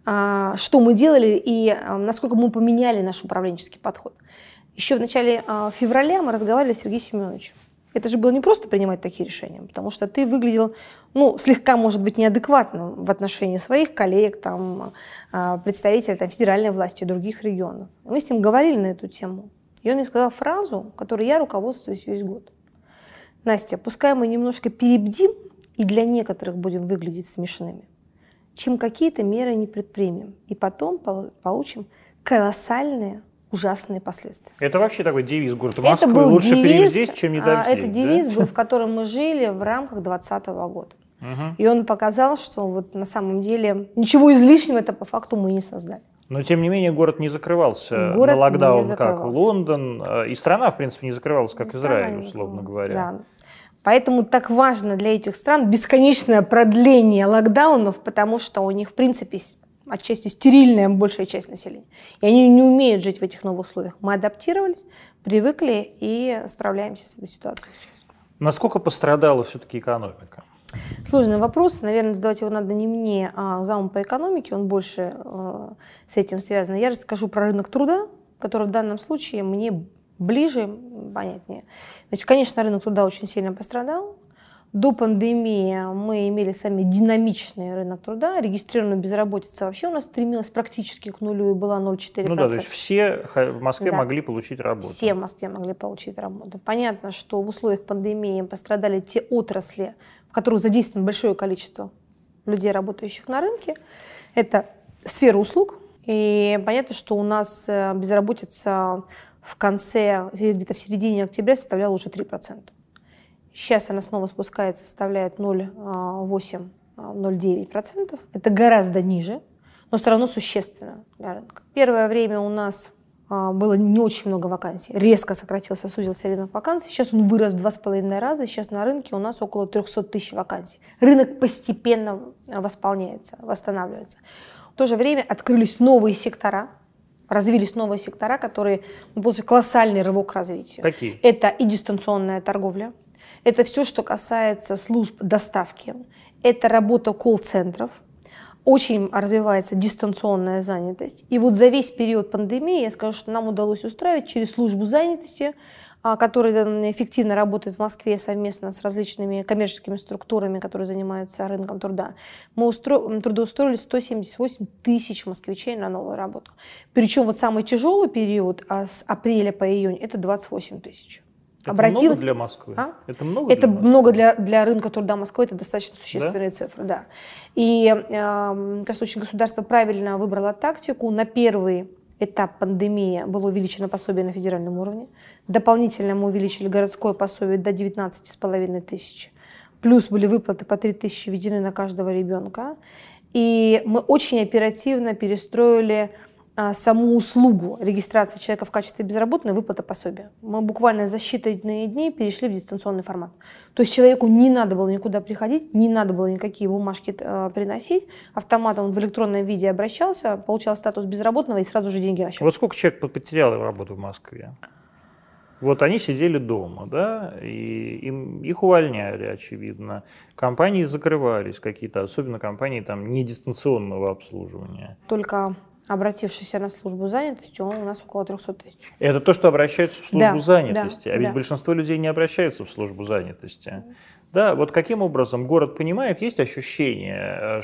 что мы делали и насколько мы поменяли наш управленческий подход. Еще в начале февраля мы разговаривали с Сергеем Семеновичем. Это же было не просто принимать такие решения, потому что ты выглядел, ну, слегка, может быть, неадекватно в отношении своих коллег, там, представителей там, федеральной власти и других регионов. Мы с ним говорили на эту тему. И он мне сказал фразу, которой я руководствуюсь весь год. Настя, пускай мы немножко перебдим и для некоторых будем выглядеть смешными, чем какие-то меры не предпримем, и потом получим колоссальные, ужасные последствия. Это вообще такой девиз города Москвы. Лучше перебдеть здесь, чем не дать здесь. Это девиз да? был, в котором мы жили в рамках двадцатого года. Угу. И он показал, что вот на самом деле ничего излишнего это по факту мы не создали. Но, тем не менее, город не закрывался город на локдаун, как Лондон. И страна, в принципе, не закрывалась, как и Израиль, условно говоря. Да. Поэтому так важно для этих стран бесконечное продление локдаунов, потому что у них, в принципе, отчасти стерильная большая часть населения. И они не умеют жить в этих новых условиях. Мы адаптировались, привыкли и справляемся с этой ситуацией сейчас. Насколько пострадала все-таки экономика? Сложный вопрос. Наверное, задавать его надо не мне, а заму по экономике. Он больше э, с этим связан. Я расскажу про рынок труда, который в данном случае мне ближе, понятнее. Значит, конечно, рынок труда очень сильно пострадал. До пандемии мы имели сами динамичный рынок труда. Регистрированная безработица вообще у нас стремилась практически к нулю и была ноль целых четыре десятых процента. Ну да, то есть все в Москве да. могли получить работу. Все в Москве могли получить работу. Понятно, что в условиях пандемии пострадали те отрасли, в которых задействовано большое количество людей, работающих на рынке. Это сфера услуг. И понятно, что у нас безработица в конце, где-то в середине октября составляла уже три процента. Сейчас она снова спускается, составляет ноль целых восемь - ноль целых девять сотых процента. Это гораздо ниже, но все равно существенно для рынка. Первое время у нас было не очень много вакансий. Резко сократился, сузился рынок вакансий. Сейчас он вырос в два с половиной раза. Сейчас на рынке у нас около триста тысяч вакансий. Рынок постепенно восполняется, восстанавливается. В то же время открылись новые сектора, развились новые сектора, которые получили колоссальный рывок к развитию. Какие? Это и дистанционная торговля, это все, что касается служб доставки, это работа колл-центров. Очень развивается дистанционная занятость. И вот за весь период пандемии, я скажу, что нам удалось устраивать через службу занятости, которая эффективно работает в Москве совместно с различными коммерческими структурами, которые занимаются рынком труда. Мы устро... трудоустроили сто семьдесят восемь тысяч москвичей на новую работу. Причем вот самый тяжелый период с апреля по июнь – это двадцать восемь тысяч. Это Обратилась... много для Москвы? А? Это много это для Москвы? много для, для рынка труда Москвы, это достаточно существенные Да? цифры, да. И, э, мне кажется, очень государство правильно выбрало тактику. На первый этап пандемии было увеличено пособие на федеральном уровне. Дополнительно мы увеличили городское пособие до девятнадцати с половиной тысяч. Плюс были выплаты по три тысячи введены на каждого ребенка. И мы очень оперативно перестроили саму услугу регистрации человека в качестве безработного и выплаты пособия. Мы буквально за считанные дни перешли в дистанционный формат. То есть человеку не надо было никуда приходить, не надо было никакие бумажки э, приносить. Автоматом он в электронном виде обращался, получал статус безработного и сразу же деньги на счет. Вот сколько человек потеряло работу в Москве? Вот они сидели дома, да, и им, их увольняли, очевидно. Компании закрывались какие-то, особенно компании там не дистанционного обслуживания. Только обратившийся на службу занятости, он у нас около трёхсот тысяч. Это то, что обращаются в службу да, занятости. Да, а ведь да. большинство людей не обращаются в службу занятости. Mm. Да, вот каким образом город понимает, есть ощущение,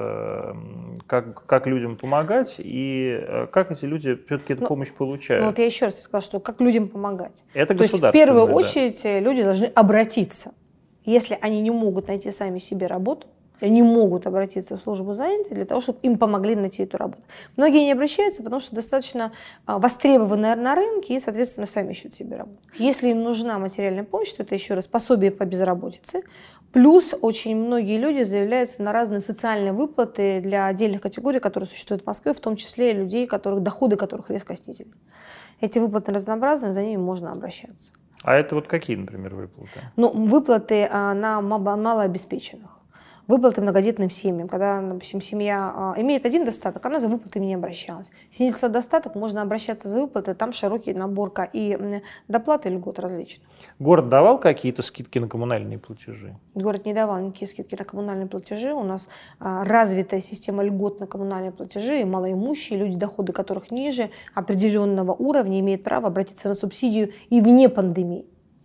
как, как людям помогать, и как эти люди все-таки эту ну, помощь получают? Ну вот я еще раз сказала, что как людям помогать. Это то есть в первую да. очередь люди должны обратиться. Если они не могут найти сами себе работу, они могут обратиться в службу занятости для того, чтобы им помогли найти эту работу. Многие не обращаются, потому что достаточно востребованы на рынке и, соответственно, сами ищут себе работу. Если им нужна материальная помощь, то это еще раз пособие по безработице. Плюс очень многие люди заявляются на разные социальные выплаты для отдельных категорий, которые существуют в Москве, в том числе и людей, которых, доходы которых резко снизились. Эти выплаты разнообразны, за ними можно обращаться. А это вот какие, например, выплаты? Ну, выплаты на малообеспеченных. Выплаты многодетным семьям, когда, допустим, семья э, имеет один достаток, она за выплатами не обращалась. Снизился достаток, можно обращаться за выплаты, там широкий набор и доплаты и льгот различных. Город давал какие-то скидки на коммунальные платежи? Город не давал никакие скидки на коммунальные платежи. У нас э, развитая система льгот на коммунальные платежи, и малоимущие, люди, доходы которых ниже определенного уровня, имеют право обратиться на субсидию и вне пандемии.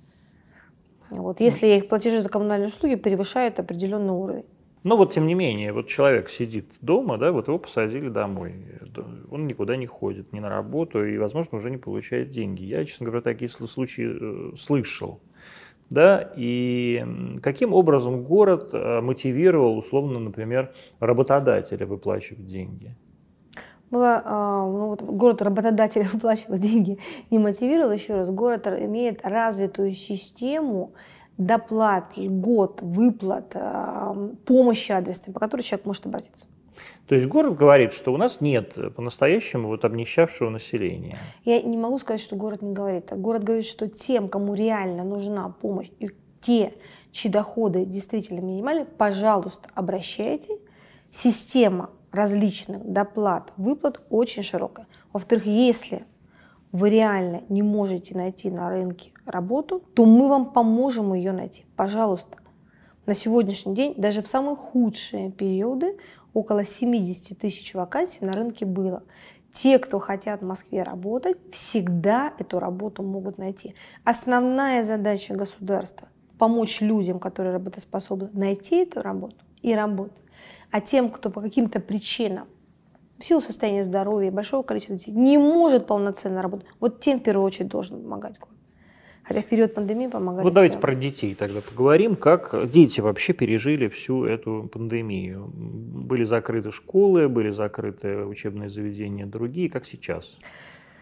Вот, если их платежи за коммунальные услуги превышают определенный уровень. Но вот тем не менее, вот человек сидит дома, да, вот его посадили домой, он никуда не ходит, ни на работу и, возможно, уже не получает деньги. Я, честно говоря, такие случаи э, слышал. Да, и каким образом город мотивировал, условно, например, работодателя выплачивать деньги? Было, ну, вот город работодателя выплачивал деньги, не мотивировал, еще раз, город имеет развитую систему доплат, льгот, выплат, помощи адресной, по которой человек может обратиться. То есть город говорит, что у нас нет по-настоящему вот обнищавшего населения. Я не могу сказать, что город не говорит. Город говорит, что тем, кому реально нужна помощь, и те, чьи доходы действительно минимальны, пожалуйста, обращайтесь. Система различных доплат, выплат очень широкая. Во-вторых, если вы реально не можете найти на рынке работу, то мы вам поможем ее найти. Пожалуйста. На сегодняшний день, даже в самые худшие периоды, около семьдесят тысяч вакансий на рынке было. Те, кто хотят в Москве работать, всегда эту работу могут найти. Основная задача государства – помочь людям, которые работоспособны, найти эту работу и работать. А тем, кто по каким-то причинам, в силу состояния здоровья, большого количества детей, не может полноценно работать, вот тем в первую очередь должен помогать город. Хотя в период пандемии помогали. Вот давайте всем. Про детей тогда поговорим. Как дети вообще пережили всю эту пандемию? Были закрыты школы, были закрыты учебные заведения другие, как сейчас?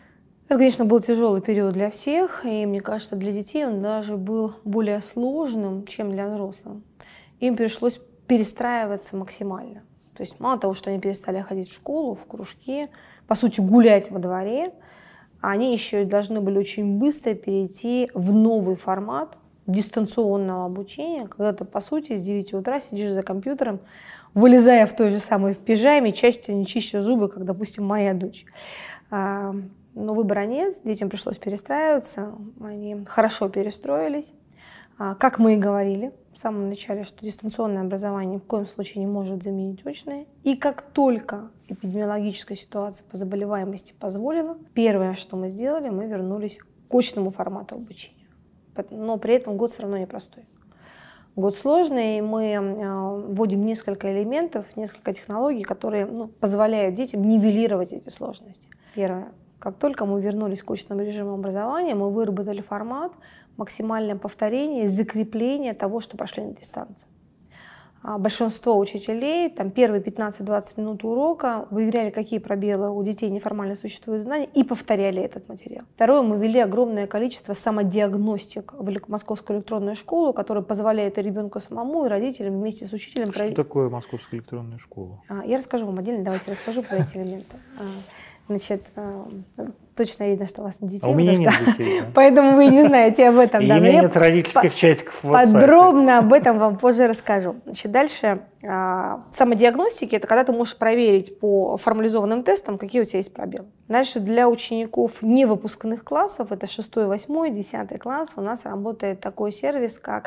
Это, конечно, был тяжелый период для всех, и мне кажется, для детей он даже был более сложным, чем для взрослых. Им пришлось перестраиваться максимально. То есть мало того, что они перестали ходить в школу, в кружки, по сути, гулять во дворе, они еще и должны были очень быстро перейти в новый формат дистанционного обучения, когда ты, по сути, с девяти утра сидишь за компьютером, вылезая в той же самой в пижаме, чаще не чища зубы, как, допустим, моя дочь. Но выбора нет, детям пришлось перестраиваться, они хорошо перестроились. Как мы и говорили в самом начале, что дистанционное образование ни в коем случае не может заменить очное. И как только эпидемиологическая ситуация по заболеваемости позволила, первое, что мы сделали, мы вернулись к очному формату обучения. Но при этом год все равно непростой. Год сложный, и мы вводим несколько элементов, несколько технологий, которые ну, позволяют детям нивелировать эти сложности. Первое. Как только мы вернулись к очному режиму образования, мы выработали формат, максимальное повторение, закрепление того, что прошли на дистанции. Большинство учителей там, первые пятнадцать-двадцать минут урока выверяли, какие пробелы у детей неформально существуют знания, и повторяли этот материал. Второе, мы ввели огромное количество самодиагностик в Московскую электронную школу, которая позволяет и ребенку самому, и родителям вместе с учителем... Что пройти... такое Московская электронная школа? Я расскажу вам отдельно, давайте расскажу про эти элементы. Значит, точно видно, что у вас нет детей. А у меня нет детей. Да. Поэтому вы не знаете об этом. И да, у меня нет родительских чатиков в WhatsApp. Подробно об этом вам позже расскажу. Значит, дальше. Самодиагностики – это когда ты можешь проверить по формализованным тестам, какие у тебя есть пробелы. Дальше для учеников невыпускных классов, это шестой, восьмой, десятый класс, у нас работает такой сервис, как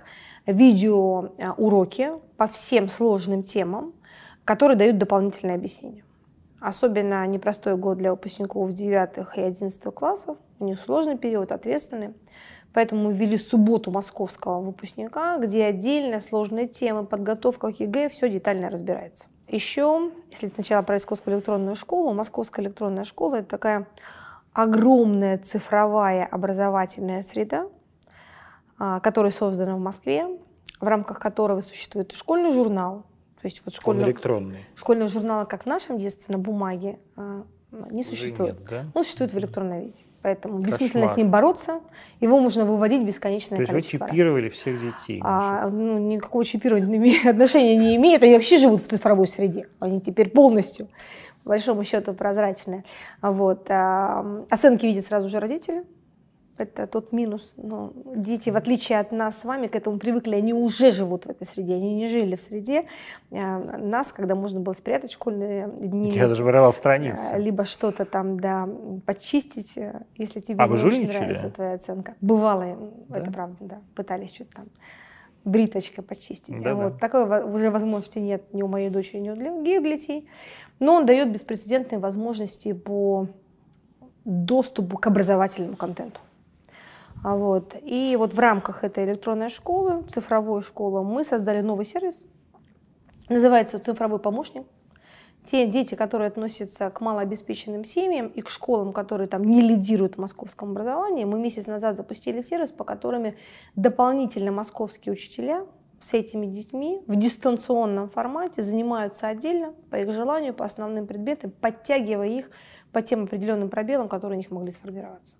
видеоуроки по всем сложным темам, которые дают дополнительное объяснение. Особенно непростой год для выпускников девятых и одиннадцатых классов. У них сложный период, ответственный. Поэтому мы ввели субботу московского выпускника, где отдельно сложные темы, подготовка к ЕГЭ, все детально разбирается. Еще, если сначала про Московскую электронную школу, Московская электронная школа – это такая огромная цифровая образовательная среда, которая создана в Москве, в рамках которого существует и школьный журнал. То есть вот школьного, электронный. Школьного журнала, как в нашем детстве, на бумаге, не существует. Нет, да? Он существует в электронном виде. Поэтому Кошмар. Бессмысленно с ним бороться. Его можно выводить бесконечное количество. То есть вы чипировали раз. Всех детей? А, ну, никакого чипирования отношения не имеет. Они вообще живут в цифровой среде. Они теперь полностью, по большому счету, прозрачные. Вот. А, оценки видят сразу же родители. Это тот минус. Но дети, в отличие от нас с вами, к этому привыкли. Они уже живут в этой среде. Они не жили в среде а, нас, когда можно было спрятать школьные дни. Я даже воровал страницы. Либо что-то там, да, подчистить, если тебе а не очень нравится твоя оценка. Бывало, да? Это правда, да. Пытались что-то там бриточкой подчистить. Да, вот. Да. Такой уже возможности нет ни у моей дочери, ни у других детей. Но он дает беспрецедентные возможности по доступу к образовательному контенту. Вот. И вот в рамках этой электронной школы, цифровой школы, мы создали новый сервис. Называется «Цифровой помощник». Те дети, которые относятся к малообеспеченным семьям и к школам, которые там не лидируют в московском образовании, мы месяц назад запустили сервис, по которым дополнительно московские учителя с этими детьми в дистанционном формате занимаются отдельно, по их желанию, по основным предметам, подтягивая их по тем определенным пробелам, которые у них могли сформироваться.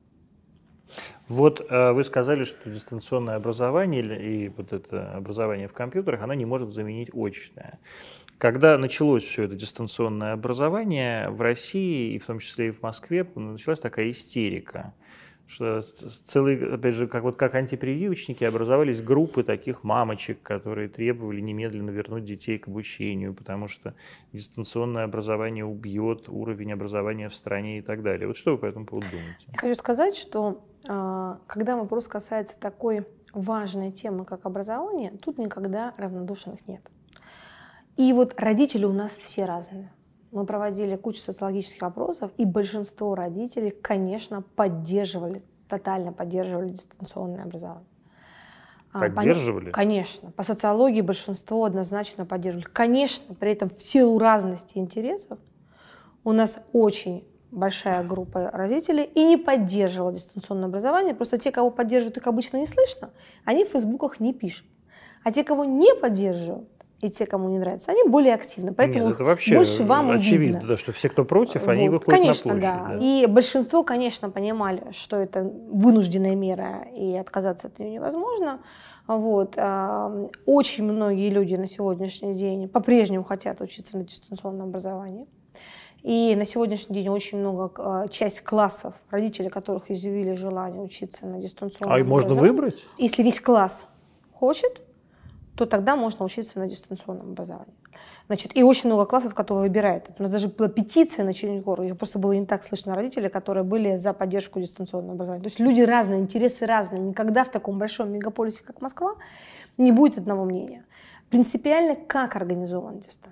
Вот э, вы сказали, что дистанционное образование и вот это образование в компьютерах, оно не может заменить очное. Когда началось все это дистанционное образование в России, и в том числе и в Москве, началась такая истерика, что целые, опять же, как, вот как антипрививочники, образовались группы таких мамочек, которые требовали немедленно вернуть детей к обучению, потому что дистанционное образование убьет уровень образования в стране и так далее. Вот что вы по этому поводу думаете? Я хочу сказать, что когда вопрос касается такой важной темы, как образование, тут никогда равнодушных нет. И вот родители у нас все разные. Мы проводили кучу социологических опросов, и большинство родителей, конечно, поддерживали, тотально поддерживали дистанционное образование. Поддерживали? По, конечно. По социологии большинство однозначно поддерживали. Конечно, при этом в силу разности интересов у нас очень большая группа родителей и не поддерживала дистанционное образование. Просто те, кого поддерживают, их обычно не слышно, они в фейсбуках не пишут. А те, кого не поддерживают, и те, кому не нравится, они более активны. Поэтому Нет, это вообще больше вам очевидно, видно. Да, что все, кто против, Вот. они выходят Конечно, на площадь. да. Да. И большинство, конечно, понимали, что это вынужденная мера, и отказаться от нее невозможно. Вот. Очень многие люди на сегодняшний день по-прежнему хотят учиться на дистанционном образовании. И на сегодняшний день очень много, часть классов, родители которых изъявили желание учиться на дистанционном а образовании. А можно выбрать? Если весь класс хочет, то тогда можно учиться на дистанционном образовании. Значит, и очень много классов, которые выбирают. У нас даже была петиция на Чернигору, ее просто было не так слышно родители, которые были за поддержку дистанционного образования. То есть люди разные, интересы разные. Никогда в таком большом мегаполисе, как Москва, не будет одного мнения. Принципиально, как организован дистант.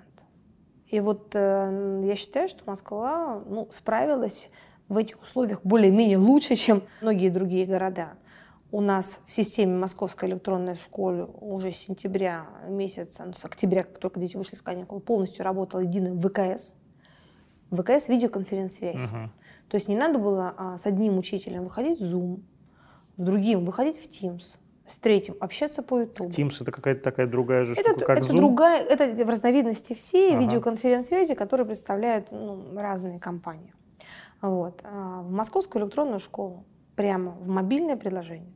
И вот э, я считаю, что Москва ну, справилась в этих условиях более-менее лучше, чем многие другие города. У нас в системе Московской электронной школы уже с сентября месяца, ну, с октября, как только дети вышли с каникул, полностью работал единый ВКС. ВКС – видеоконференц-связь. Uh-huh. То есть не надо было а, с одним учителем выходить в Zoom, с другим выходить в Teams, с третьим общаться по YouTube. Teams – это какая-то такая другая же это, штука, как это Zoom? Другая, это в разновидности всей uh-huh. видеоконференц-связи, которые представляют ну, разные компании. Вот. А в Московскую электронную школу прямо в мобильное приложение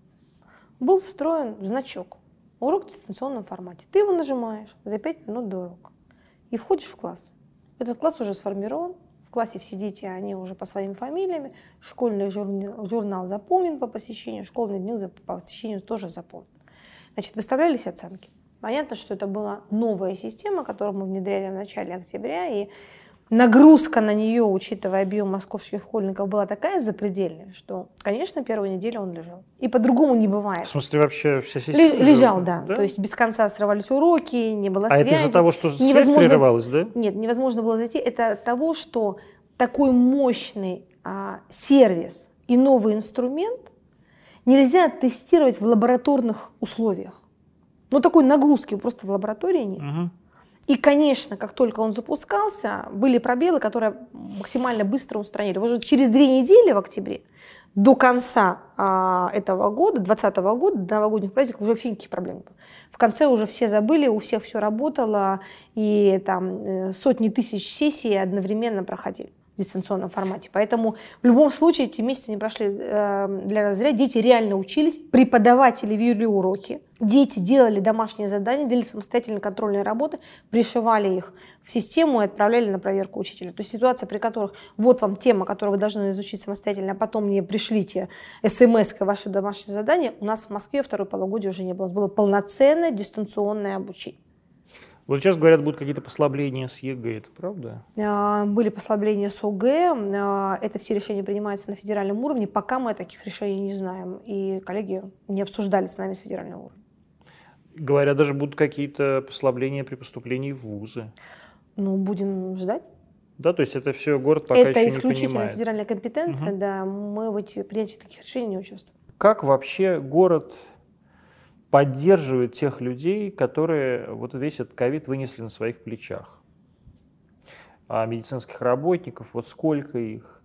был встроен значок «Урок в дистанционном формате». Ты его нажимаешь за пять минут до урока и входишь в класс. Этот класс уже сформирован, в классе все дети, они уже по своим фамилиям, школьный журнал, журнал заполнен по посещению, школьный дневник по посещению тоже заполнен. Значит, выставлялись оценки. Понятно, что это была новая система, которую мы внедряли в начале октября, и нагрузка на нее, учитывая объем московских школьников, была такая запредельная, что, конечно, первую неделю он лежал. И по-другому не бывает. В смысле, вообще вся система? Лежал, да. да. То есть без конца срывались уроки, не было а связи. А это из-за того, что связь невозможно... прерывалась, да? Нет, невозможно было зайти. Это от того, что такой мощный а, сервис и новый инструмент нельзя тестировать в лабораторных условиях. Ну, такой нагрузки просто в лаборатории нет. Угу. И, конечно, как только он запускался, были пробелы, которые максимально быстро устранили. Вот через две недели в октябре до конца а, этого года, двадцатого года, до новогодних праздников, уже вообще никаких проблем не было. В конце уже все забыли, у всех все работало, и там сотни тысяч сессий одновременно проходили в дистанционном формате. Поэтому в любом случае эти месяцы не прошли э, для нас зря. Дети реально учились, преподаватели вели уроки, дети делали домашние задания, делали самостоятельные контрольные работы, пришивали их в систему и отправляли на проверку учителя. То есть ситуация, при которых вот вам тема, которую вы должны изучить самостоятельно, а потом мне пришлите смс-кой ваше домашнее задание, у нас в Москве второе полугодие уже не было. У нас было полноценное дистанционное обучение. Вот сейчас, говорят, будут какие-то послабления с ЕГЭ, это правда? Были послабления с ОГЭ, это все решения принимаются на федеральном уровне, пока мы таких решений не знаем, и коллеги не обсуждали с нами с федерального уровня. Говорят, даже будут какие-то послабления при поступлении в вузы. Ну, будем ждать. Да, то есть это все город пока это еще не понимает. Это исключительно федеральная компетенция, угу. да, мы в эти принятии таких решений не участвуем. Как вообще город поддерживает тех людей, которые вот весь этот ковид вынесли на своих плечах? А медицинских работников, вот сколько их,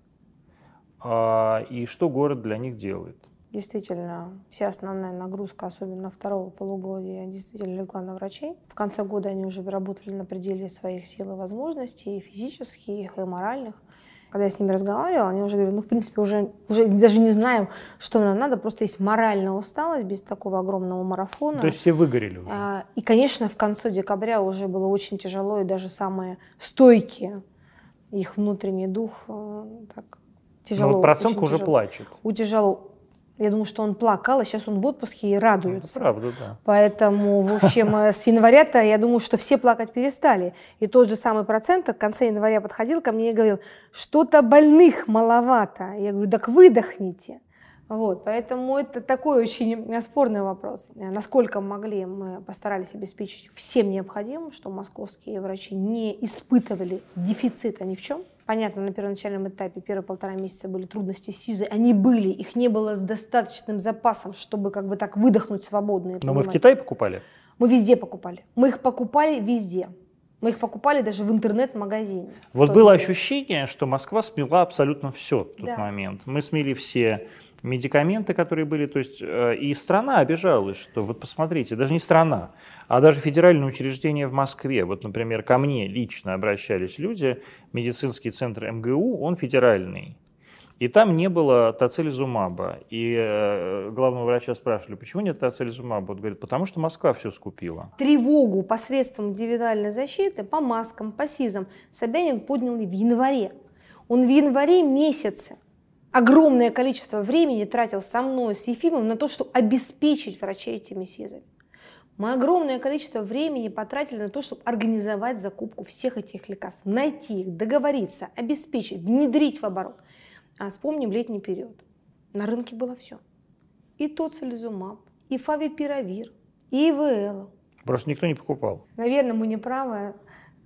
а, и что город для них делает? Действительно, вся основная нагрузка, особенно второго полугодия, действительно легла на врачей. В конце года они уже работали на пределе своих сил и возможностей, и физических, и моральных. Когда я с ними разговаривала, они уже говорили, ну, в принципе, уже, уже даже не знаем, что нам надо, просто есть моральная усталость без такого огромного марафона. То есть все выгорели уже? А, и, конечно, в конце декабря уже было очень тяжело, и даже самые стойкие, их внутренний дух так тяжело. Но вот Проценко уже тяжело. плачет. У тяжело. Я думаю, что он плакал, а сейчас он в отпуске и радуется. Это правда, да. Поэтому, в общем, с января-то, я думаю, что все плакать перестали. И тот же самый Проценко к концу января подходил ко мне и говорил, что-то больных маловато. Я говорю, так выдохните. Вот, поэтому это такой очень спорный вопрос. Насколько могли, мы постарались обеспечить всем необходимым, что московские врачи не испытывали дефицита ни в чем. Понятно, на первоначальном этапе, первые полтора месяца были трудности с СИЗой. Они были, их не было с достаточным запасом, чтобы как бы так выдохнуть свободно. Но мы в Китае покупали? Мы везде покупали. Мы их покупали везде. Мы их покупали даже в интернет-магазине. Вот было ощущение, что Москва смела абсолютно все в тот да. момент. Мы смели все медикаменты, которые были, то есть и страна обижалась, что вот посмотрите, даже не страна, а даже федеральное учреждение в Москве. Вот, например, ко мне лично обращались люди, медицинский центр эм гэ у, он федеральный. И там не было тоцилизумаба. И э, главного врача спрашивали, почему нет тоцилизумаба? Он говорит, потому что Москва все скупила. Тревогу посредством индивидуальной защиты по маскам, по СИЗам Собянин поднял в январе. Он в январе месяце огромное количество времени тратил со мной, с Ефимом, на то, чтобы обеспечить врачей этими СИЗами. Мы огромное количество времени потратили на то, чтобы организовать закупку всех этих лекарств, найти их, договориться, обеспечить, внедрить в оборот. А вспомним летний период. На рынке было все. И тоцилизумаб, и фавипиравир, и ИВЛ. Просто никто не покупал. Наверное, мы не правы,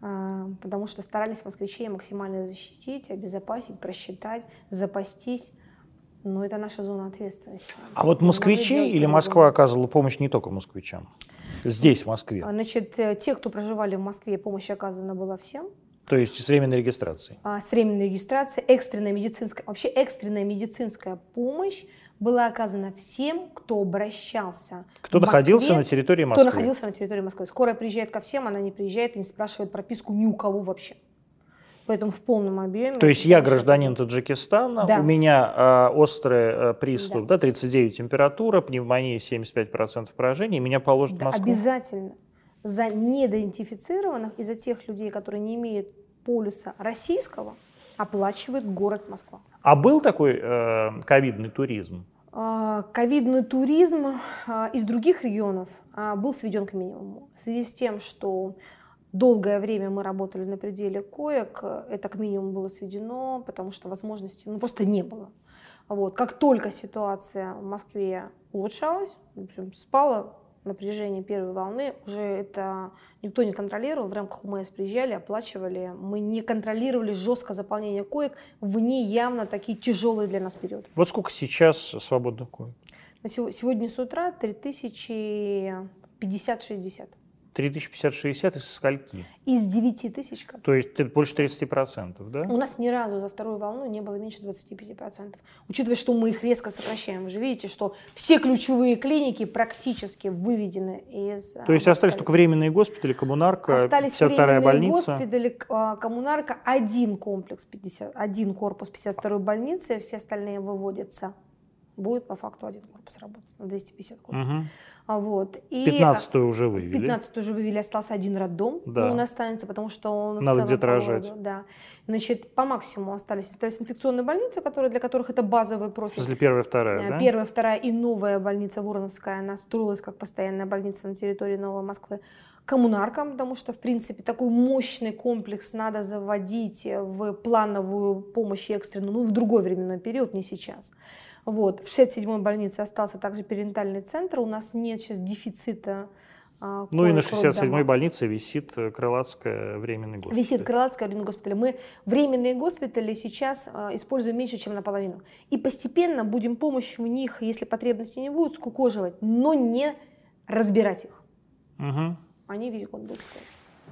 потому что старались москвичей максимально защитить, обезопасить, просчитать, запастись. Но это наша зона ответственности. А вот москвичи или Москва оказывала помощь не только москвичам? Здесь, в Москве? Значит, те, кто проживали в Москве, помощь оказана была всем. То есть с временной регистрацией? А, с временной регистрацией, экстренная медицинская, вообще экстренная медицинская помощь была оказана всем, кто обращался. Кто находился на территории Москвы. Кто находился на территории Москвы. Скорая приезжает ко всем, она не приезжает и не спрашивает прописку ни у кого вообще. Поэтому в полном объеме. То есть я гражданин Таджикистана, да. у меня э, острый э, приступ, да. Да, тридцать девять температура, пневмония семьдесят пять процентов поражения, меня положат да, в Москву? Обязательно. За недоидентифицированных и за тех людей, которые не имеют полюса российского, оплачивает город Москва. А был такой э, ковидный туризм? Ковидный туризм из других регионов был сведен к минимуму. В связи с тем, что долгое время мы работали на пределе коек, это к минимуму было сведено, потому что возможностей ну, просто не было. Вот. Как только ситуация в Москве улучшалась, в общем, спала напряжение первой волны, уже это никто не контролировал, в рамках УМС приезжали, оплачивали. Мы не контролировали жестко заполнение коек в не явно такие тяжелые для нас периоды. Вот сколько сейчас свободных коек? Сегодня с утра три тысячи пятьдесят шестьдесят. три тысячи пятьдесят шестьдесят из скольки? Из девяти тысяч. То есть больше тридцати процентов, да? У нас ни разу за вторую волну не было меньше двадцати пяти процентов. Учитывая, что мы их резко сокращаем. Вы же видите, что все ключевые клиники практически выведены из... То есть остались только временные госпитали, коммунарка, остались пятьдесят вторая больница? Остались госпитали, коммунарка, один комплекс, пятьдесят, один корпус пятьдесят второй больницы, все остальные выводятся. Будет по факту один корпус работать на двести пятьдесят коек. Угу. Вот. пятнадцатую уже вывели. пятнадцатую уже вывели, остался один роддом, да. но он останется, потому что он надо в где-то рожать. Да. Значит, по максимуму остались. Остались инфекционные больницы, которые, для которых это базовый профиль. После первая, вторая, да? Первая, вторая и новая больница Воровская, она строилась как постоянная больница на территории Новой Москвы. Коммунарка, потому что, в принципе, такой мощный комплекс надо заводить в плановую помощь экстренную, ну, в другой временной период, не сейчас. Вот. В шестьдесят седьмой больнице остался также перинатальный центр. У нас нет сейчас дефицита. А, ну и на шестьдесят седьмой больнице висит Крылатская временный госпиталь. Висит Крылатская временный госпиталь. Мы временные госпитали сейчас а, используем меньше, чем наполовину. И постепенно будем помощь в них, если потребностей не будет, скукоживать, но не разбирать их. Угу. Они весь год будут стоять.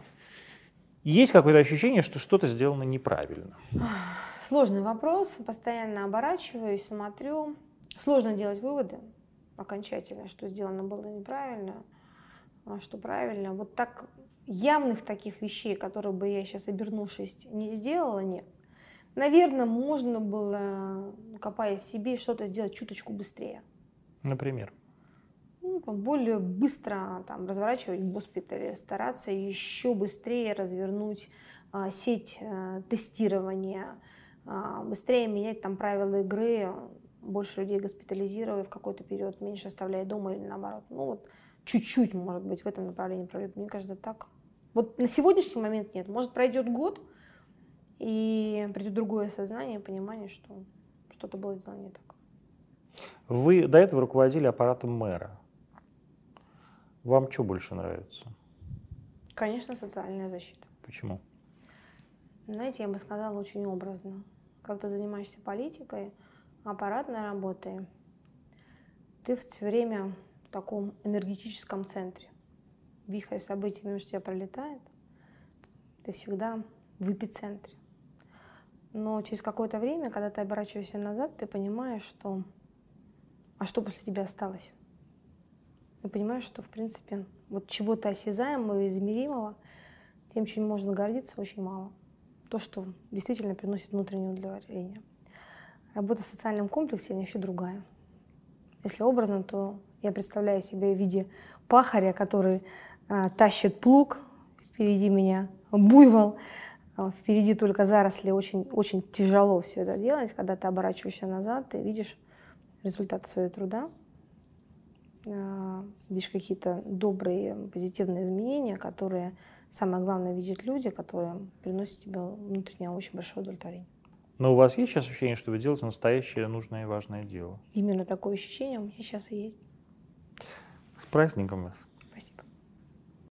Есть какое-то ощущение, что что-то сделано неправильно? Сложный вопрос, постоянно оборачиваюсь, смотрю. Сложно делать выводы окончательно, что сделано было неправильно, а что правильно. Вот так явных таких вещей, которые бы я сейчас, обернувшись, не сделала, нет. Наверное, можно было, копая в себе, что-то сделать чуточку быстрее. Например? Ну, более быстро там, разворачивать госпитали, стараться еще быстрее развернуть а, сеть а, тестирования, быстрее менять там правила игры, больше людей госпитализируя в какой-то период, меньше оставляя дома или наоборот. Ну вот чуть-чуть, может быть, в этом направлении пройдет. Мне кажется, так. Вот на сегодняшний момент нет. Может, пройдет год, и придет другое сознание, понимание, что что-то было сделано не так. Вы до этого руководили аппаратом мэра. Вам что больше нравится? Конечно, социальная защита. Почему? Знаете, я бы сказала очень образно. Когда ты занимаешься политикой, аппаратной работой, ты все время в таком энергетическом центре. Вихрь событий мимо тебя пролетает, ты всегда в эпицентре. Но через какое-то время, когда ты оборачиваешься назад, ты понимаешь, что а что после тебя осталось? Я понимаю, что, в принципе, вот чего-то осязаемого и измеримого, тем, чем можно гордиться, очень мало. То, что действительно приносит внутреннее удовлетворение. Работа в социальном комплексе, она вообще другая. Если образно, то я представляю себя в виде пахаря, который а, тащит плуг, впереди меня буйвол, а, впереди только заросли, очень, очень тяжело все это делать. Когда ты оборачиваешься назад, ты видишь результат своего труда, а, видишь какие-то добрые, позитивные изменения, которые, самое главное, видят люди, которые приносят тебе внутреннее очень большое удовлетворение. Но у вас есть сейчас ощущение, что вы делаете настоящее, нужное и важное дело? Именно такое ощущение у меня сейчас и есть. С праздником вас!